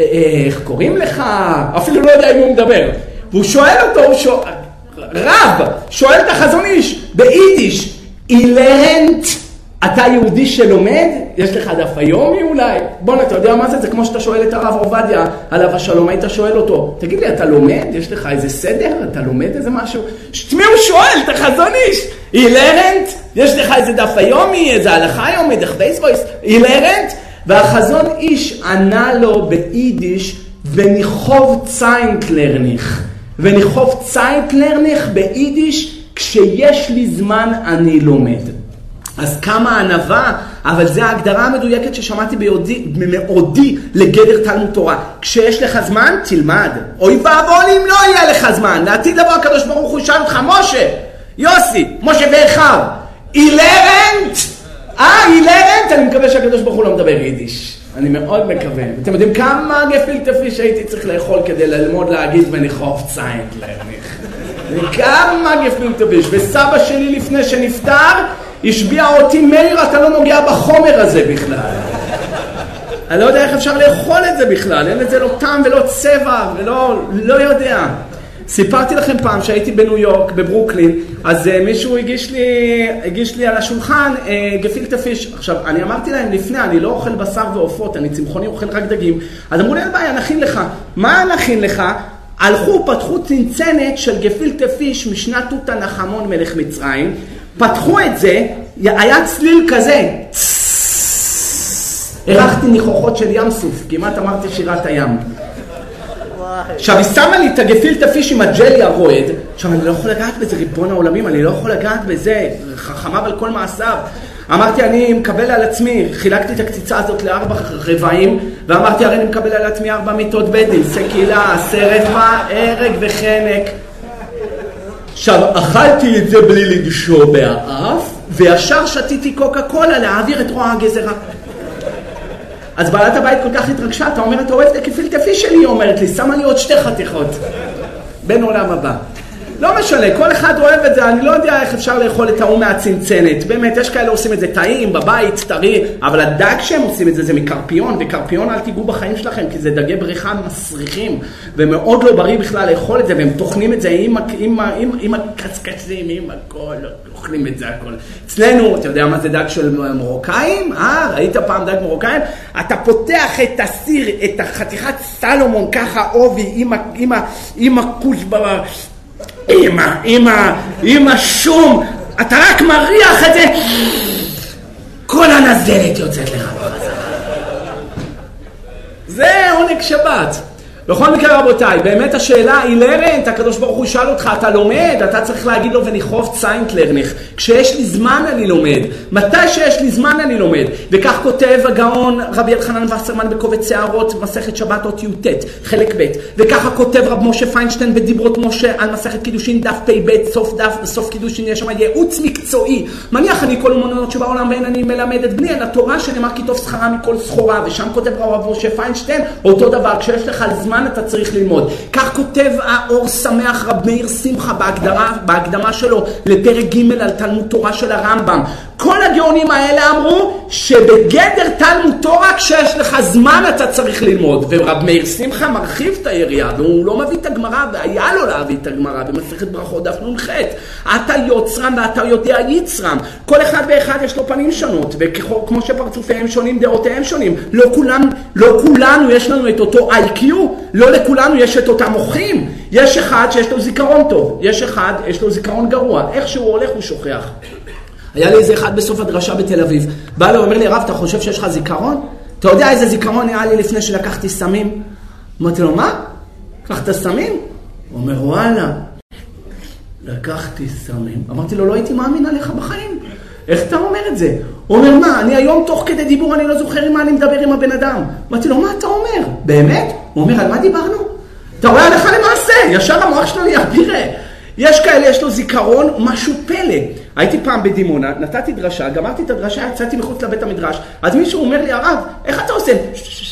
Speaker 2: איך קוראים לך? אפילו לא יודע אם הוא מדבר. והוא שואל אותו, הוא שואל, רב, שואל את החזון איש, ביידיש, אילרנט, אתה יהודי שלומד? יש לך דף היומי אולי? בוא, אתה יודע מה זה? זה כמו שאתה שואל את הרב עובדיה עליו השלום, היית שואל אותו, תגיד לי, אתה לומד? יש לך איזה סדר? אתה לומד איזה משהו? תשמע, הוא שואל, אתה חזון איש, אילרנט? יש לך איזה דף היומי, איזה הלכה היום, איזה בייסבויס, אילרנט? והחזון איש ענה לו ביידיש, וניחוב ציינטלרניך. וניחוב ציינטלרניך ביידיש, כשיש לי זמן אני לומד. אז כמה ענווה, אבל זה ההגדרה המדויקת ששמעתי ביודי, ממאודי לגדר תלמוד תורה. כשיש לך זמן, תלמד. אוי ואבוי אם לא יהיה לך זמן. לעתיד לבוא הקדוש ברוך הוא שאל אותך, משה, יוסי, משה ואחיו, אילרנט? אה, אילרנט? אני מקווה שהקדוש ברוך הוא לא מדבר יידיש. אני מאוד מקווה. אתם יודעים כמה גפילטע פיש הייתי צריך לאכול כדי ללמוד להגיד וניחוב ציינטלרניך. וכמה גפילטע פיש. וסבא שלי לפני שנפטר, השביע אותי, מאיר, אתה לא נוגע בחומר הזה בכלל. אני לא יודע איך אפשר לאכול את זה בכלל. אין את זה לא טעם ולא צבע, ולא לא יודע. סיפרתי לכם פעם שהייתי בניו יורק, בברוקלין, אז uh, מישהו הגיש לי, הגיש לי על השולחן uh, גפילטע פיש. עכשיו, אני אמרתי להם לפני, אני לא אוכל בשר ועופות, אני צמחוני, אוכל רק דגים. אז אמרו לי, אין בעיה, נכין לך. מה נכין לך? הלכו, פתחו צנצנת של גפילטע פיש משנת תות הנחמון מלך מצרים, פתחו את זה, היה צליל כזה. ערכתי ניחוחות של ים סוף, כמעט אמרתי שירת הים. עכשיו, היא שמה לי את הגפילטע פיש עם הג'לי הרועד. עכשיו, אני לא יכול לגעת בזה, ריבון העולמים, אני לא יכול לגעת בזה, חכמיו על כל מעשיו. אמרתי, אני מקבל על עצמי, חילקתי את הקציצה הזאת לארבע רבעים, ואמרתי, הרי אני מקבל על עצמי ארבע מיטות בית דין, סקילה, שרפה, הרג וחנק. עכשיו, אכלתי את זה בלי לגשור באף, וישר שתיתי קוקה קולה להעביר את רוע הגזרה. אז בעלת הבית כל כך התרגשה, אתה אומרת, אתה אוהב את הכפילטע פיש שלי, היא אומרת לי, שמה לי עוד שתי חתיכות. בין עולם הבא. לא משנה, כל אחד אוהב את זה, אני לא יודע איך אפשר לאכול את ההוא מהצנצנת. באמת, יש כאלה עושים את זה טעים, בבית, טרי, אבל הדג שהם עושים את זה, זה מקרפיון, וקרפיון אל תיגעו בחיים שלכם, כי זה דגי בריחה מסריחים, ומאוד לא בריא בכלל לאכול את זה, והם תוכנים את זה עם, עם, עם, עם הקצקצים, עם הכל, אוכלים את זה הכל. אצלנו, אתה יודע מה זה דג של מרוקאים? אה, ראית פעם דג מרוקאים? אתה פותח את הסיר, את החתיכת סלומון, ככה עובי, עם, עם, עם הכוסברה, אמא, אמא, אמא שום, אתה רק מריח את זה, כל הנזלת יוצאת לך בחזרה. זה עונג שבת. בכל מקרה רבותיי, באמת השאלה היא לרנט, הקדוש ברוך הוא שאל אותך, אתה לומד? אתה צריך להגיד לו וניחוב ציינט לרנך. כשיש לי זמן אני לומד. מתי שיש לי זמן אני לומד. וכך כותב הגאון רבי אלחנן וסרמן בקובץ שערות, מסכת שבת אות י"ט, חלק ב'. וככה כותב רב משה פיינשטיין בדיברות משה על מסכת קידושין דף פ' ב', סוף דף, בסוף קידושין יש שם ייעוץ מקצועי. מניח אני כל המונות שבעולם ואין אני מלמד את בני על התורה שנאמר כי טוב שכרה מכל סחורה, ושם כותב רב משה פיינשטיין אותו דבר, כשיש לך זמן אתה צריך ללמוד. כך כותב האור שמח רב מאיר שמחה בהקדמה, בהקדמה שלו לפרק ג' על תלמוד תורה של הרמב"ם. כל הגאונים האלה אמרו שבגדר תלמוד תורה כשיש לך זמן אתה צריך ללמוד. ורב מאיר שמחה מרחיב את היריעה והוא לא מביא את הגמרא, והיה לו להביא את הגמרא במסכת ברכות דף נ"ח. אתה יוצרם ואתה יודע יצרם. כל אחד ואחד יש לו פנים שונות, וכמו שפרצופיהם שונים דעותיהם שונים. לא כולם, לא כולנו יש לנו את אותו איי קיו, לא לכולנו יש את אותם מוחים. יש אחד שיש לו זיכרון טוב, יש אחד יש לו זיכרון גרוע. איך שהוא הולך הוא שוכח. היה לי איזה אחד בסוף הדרשה בתל אביב. בא לו, אומר לי, רב, אתה חושב שיש לך זיכרון? אתה יודע איזה זיכרון היה לי לפני שלקחתי סמים? אמרתי לו, מה? לקחת סמים? הוא אומר, וואלה, לקחתי סמים. אמרתי לו, לא הייתי מאמין עליך בחיים. איך אתה אומר את זה? הוא אומר, מה, אני היום תוך כדי דיבור, אני לא זוכר עם מה אני מדבר עם הבן אדם. אמרתי לו, מה אתה אומר? באמת? הוא אומר, על מה דיברנו? אתה רואה עליך למעשה, ישר המוח שלו יעבירה. יש כאלה, יש לו זיכרון, משהו פלא. הייתי פעם בדימונה, נתתי דרשה, גמרתי את הדרשה, יצאתי מחוץ לבית המדרש. אז מישהו אומר לי, הרב, איך אתה עושה?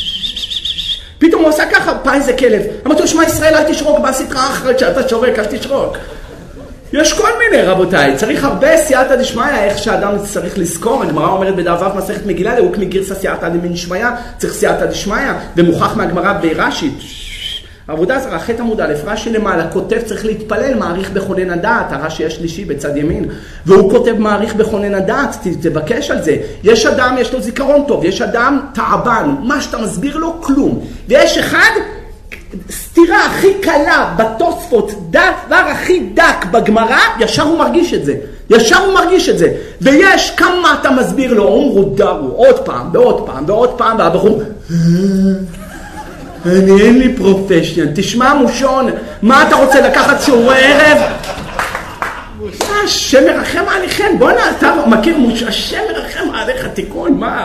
Speaker 2: פתאום הוא עושה ככה, פה איזה כלב. אמרתי לו, שמע ישראל, אל תשרוק בסתרה אחרת שאתה שורק, אל תשרוק. יש כל מיני רבותיי, צריך הרבה סייעתא דשמיא, איך שאדם צריך לזכור. הגמרא אומרת בדף מסכת מגילה, לאוק מגרסא סייעתא דשמיא, צריך סייעתא דשמיא, ומוכח מהגמרא ברש"י. עבודה זרה, חטא עמוד א', רש"י למעלה, כותב צריך להתפלל, מעריך בכונן הדעת, הרש"י השלישי בצד ימין, והוא כותב מעריך בכונן הדעת, תבקש על זה. יש אדם, יש לו זיכרון טוב, יש אדם תעבן, מה שאתה מסביר לו, כלום. ויש אחד, סתירה הכי קלה בתוספות, דבר הכי דק בגמרא, ישר הוא מרגיש את זה. ישר הוא מרגיש את זה. ויש כמה אתה מסביר לו, אומרו דרו, עוד פעם, ועוד פעם, ועוד פעם, והבחור... אני אין לי פרופשן, תשמע מושון, מה אתה רוצה לקחת שיעורי ערב? השם מרחם עליכם, בוא נה, אתה מכיר מושון, השם מרחם עליך תיקון, מה?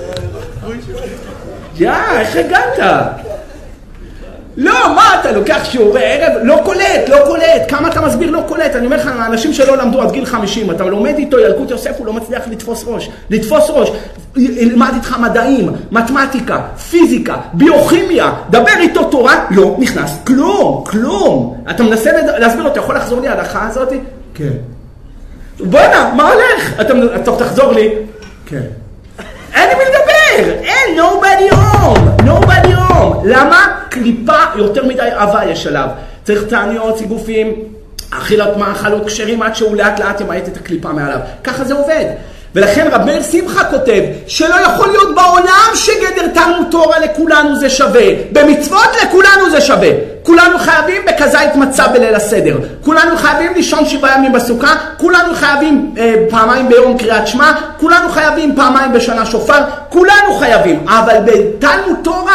Speaker 2: יא, איך הגעת? לא, מה אתה לוקח שיעורי ערב? לא קולט, לא קולט, כמה אתה מסביר לא קולט? אני אומר לך, האנשים שלא למדו עד גיל חמישים, אתה לומד איתו ילקוט יוסף, הוא לא מצליח לתפוס ראש, לתפוס ראש, ילמד איתך מדעים, מתמטיקה, פיזיקה, ביוכימיה, דבר איתו תורה, לא נכנס, כלום, כלום. אתה מנסה להסביר לו, אתה יכול לחזור לי ההלכה הזאת? כן. בוא'נה, מה הולך? אתה תחזור לי? כן. אין לי מי לדבר, אין, nobody home, nobody home. למה? קליפה יותר מדי אהבה יש עליו. צריך טעניות, סיגופים, אכילות מאכלות כשרים עד שהוא לאט לאט ימעט את הקליפה מעליו. ככה זה עובד. ולכן רב מאיר שמחה כותב שלא יכול להיות בעולם שגדר תלמוד תורה לכולנו זה שווה. במצוות לכולנו זה שווה. כולנו חייבים בכזית מצה בליל הסדר. כולנו חייבים לישון שבעה ימים בסוכה. כולנו חייבים אה, פעמיים ביום קריאת שמע. כולנו חייבים פעמיים בשנה שופר. כולנו חייבים. אבל בתלמוד תורה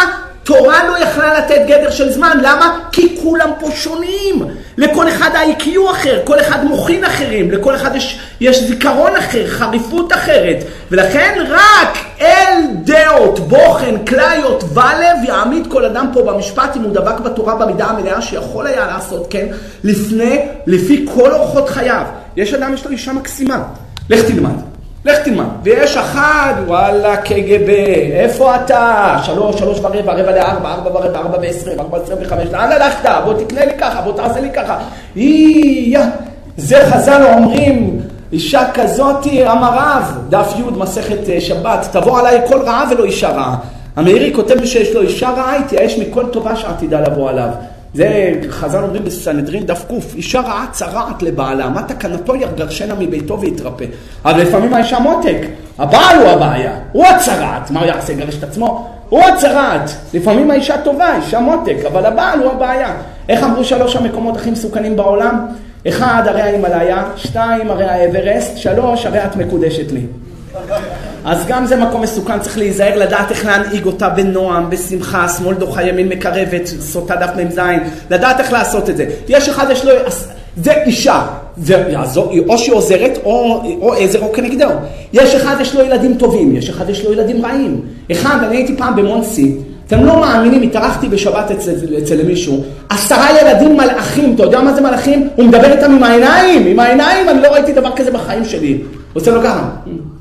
Speaker 2: תורה לא יכלה לתת גדר של זמן, למה? כי כולם פה שונים. לכל אחד ה-איי קיו אחר, כל אחד מוחין אחרים, לכל אחד יש, יש זיכרון אחר, חריפות אחרת. ולכן רק אל דעות, בוחן, כליות ולב יעמיד כל אדם פה במשפט אם הוא דבק בתורה במידה המלאה שיכול היה לעשות כן לפני, לפי כל אורחות חייו. יש אדם, יש לו אישה מקסימה. לך תלמד. לך תלמד. ויש אחד, וואלה, קג"ב, איפה אתה? שלוש, שלוש ורבע, רבע לארבע, ארבע ורבע, ארבע ועשרים, ארבע עשרים וחמש, לאן הלכת? בוא תקנה לי ככה, בוא תעשה לי ככה. איה, זה חז"ל אומרים, אישה כזאת, אמריו, דף י' מסכת שבת, תבוא עליי כל רעה ולא אישה רעה. המאירי כותב שיש לו אישה רעה, התייאש מכל טובה שעתידה לבוא עליו. זה חז"ל אומרים בסנהדרין דף קוף, אישה רעה צרעת לבעלה, מה תקנתו יגרשנה מביתו ויתרפא. אבל לפעמים האישה מותק, הבעל הוא הבעיה, הוא הצרעת, מה הוא יעשה, גרש את עצמו? הוא הצרעת, לפעמים האישה טובה, אישה מותק, אבל הבעל הוא הבעיה. איך אמרו שלוש המקומות הכי מסוכנים בעולם? אחד, הרי ההימאליה, שתיים, הרי האברסט, שלוש, הרי את מקודשת לי. אז גם זה מקום מסוכן, צריך להיזהר, לדעת איך להנהיג אותה בנועם, בשמחה, שמאל דוחה ימין מקרבת, סוטה דף ממזין, לדעת איך לעשות את זה. יש אחד, יש לו, זה אישה, זה, או שהיא עוזרת, או, או עזר, או כנגדו. יש אחד, יש לו ילדים טובים, יש אחד, יש לו ילדים רעים. אחד, אני הייתי פעם במונסי, אתם לא מאמינים, התארחתי בשבת אצל, אצל מישהו, עשרה ילדים מלאכים, אתה יודע מה זה מלאכים? הוא מדבר איתם עם העיניים, עם העיניים, אני לא ראיתי דבר כזה בחיים שלי. עושה לו ככה.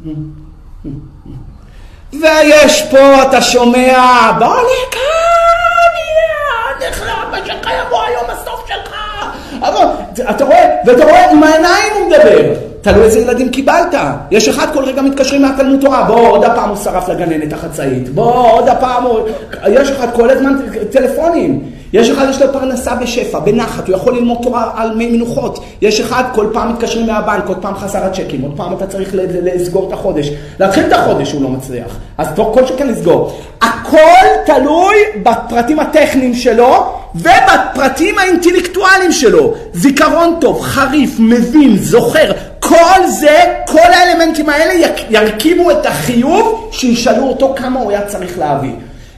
Speaker 2: ויש פה, אתה שומע, בוא לכאן, נחלם מה שלך יבוא היום הסוף שלך. אתה רואה, ואתה רואה, עם העיניים הוא מדבר. תלוי איזה ילדים קיבלת. יש אחד כל רגע מתקשרים מהתלמוד תורה, בוא עוד הפעם הוא שרף לגננת החצאית, בוא עוד הפעם הוא... יש אחד כל הזמן טלפונים. יש אחד יש לו פרנסה בשפע, בנחת, הוא יכול ללמוד תורה על מי מנוחות. יש אחד כל פעם מתקשרים מהבנק, עוד פעם חסר הצ'קים, עוד פעם אתה צריך לסגור את החודש. להתחיל את החודש הוא לא מצליח. אז כל שכן לסגור. הכל תלוי בפרטים הטכניים שלו ובפרטים האינטלקטואליים שלו. זיכרון טוב, חריף, מבין, זוכר. כל זה, כל האלמנטים האלה ירכיבו את החיוב שישאלו אותו כמה הוא היה צריך להביא.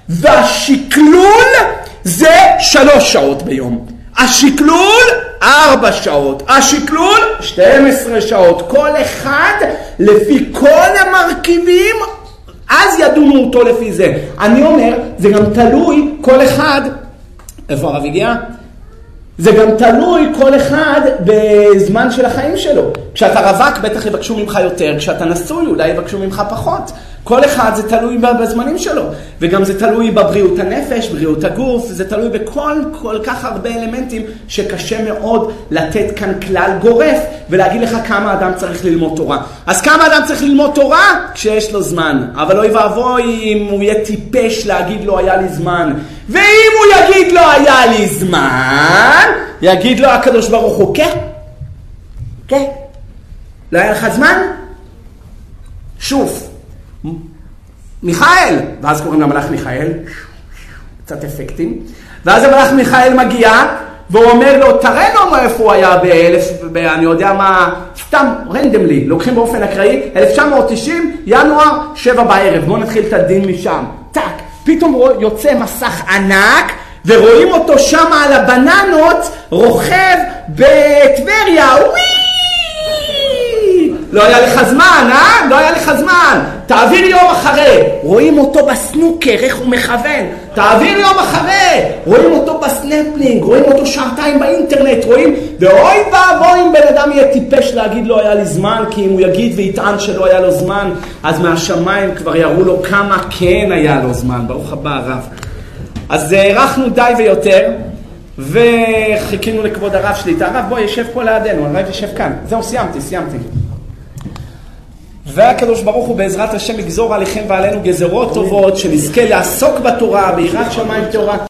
Speaker 2: והשקלול זה שלוש שעות ביום. השקלול ארבע שעות. השקלול שתים עשרה שעות. כל אחד לפי כל המרכיבים, אז ידונו אותו לפי זה. אני אומר, זה גם תלוי כל אחד, איפה הרב הגיע? זה גם תלוי כל אחד בזמן של החיים שלו. כשאתה רווק בטח יבקשו ממך יותר, כשאתה נשוי אולי יבקשו ממך פחות. כל אחד זה תלוי בזמנים שלו, וגם זה תלוי בבריאות הנפש, בריאות הגוף, זה תלוי בכל כל כך הרבה אלמנטים שקשה מאוד לתת כאן כלל גורף ולהגיד לך כמה אדם צריך ללמוד תורה. אז כמה אדם צריך ללמוד תורה? כשיש לו זמן. אבל אוי ואבוי אם הוא יהיה טיפש להגיד לו היה לי זמן. ואם הוא יגיד לו היה לי זמן, יגיד לו הקדוש ברוך הוא, כן? כן? לא היה לך זמן? שוב. מיכאל, ואז קוראים למלאך מיכאל, קצת אפקטים, ואז המלאך מיכאל מגיע, והוא אומר לו, תראה לנו איפה הוא היה באלף, אני יודע מה, סתם, רנדמלי, לוקחים באופן אקראי, אלף תשע מאות תשעים, ינואר, שבע בערב, בואו נתחיל את הדין משם, טק, פתאום יוצא מסך ענק, ורואים אותו שם על הבננות, רוכב בטבריה, וואי! לא היה לך זמן, אה? לא היה לך זמן. תעביר יום אחרי. רואים אותו בסנוקר, איך הוא מכוון. תעביר יום אחרי. רואים אותו בסנפלינג, רואים אותו שעתיים באינטרנט, רואים... ואוי ואבוי אם בן אדם יהיה טיפש להגיד לא היה לי זמן, כי אם הוא יגיד ויטען שלא היה לו זמן, אז מהשמיים כבר יראו לו כמה כן היה לו זמן. ברוך הבא הרב. אז הערכנו די ויותר, וחיכינו לכבוד הרב שלי. הרב בוא ישב פה לידינו, הרב ישב כאן. זהו, סיימתי, סיימתי. והקדוש ברוך הוא בעזרת השם יגזור עליכם ועלינו גזרות טובות, שנזכה לעסוק בתורה, ביראת שמיים תורה.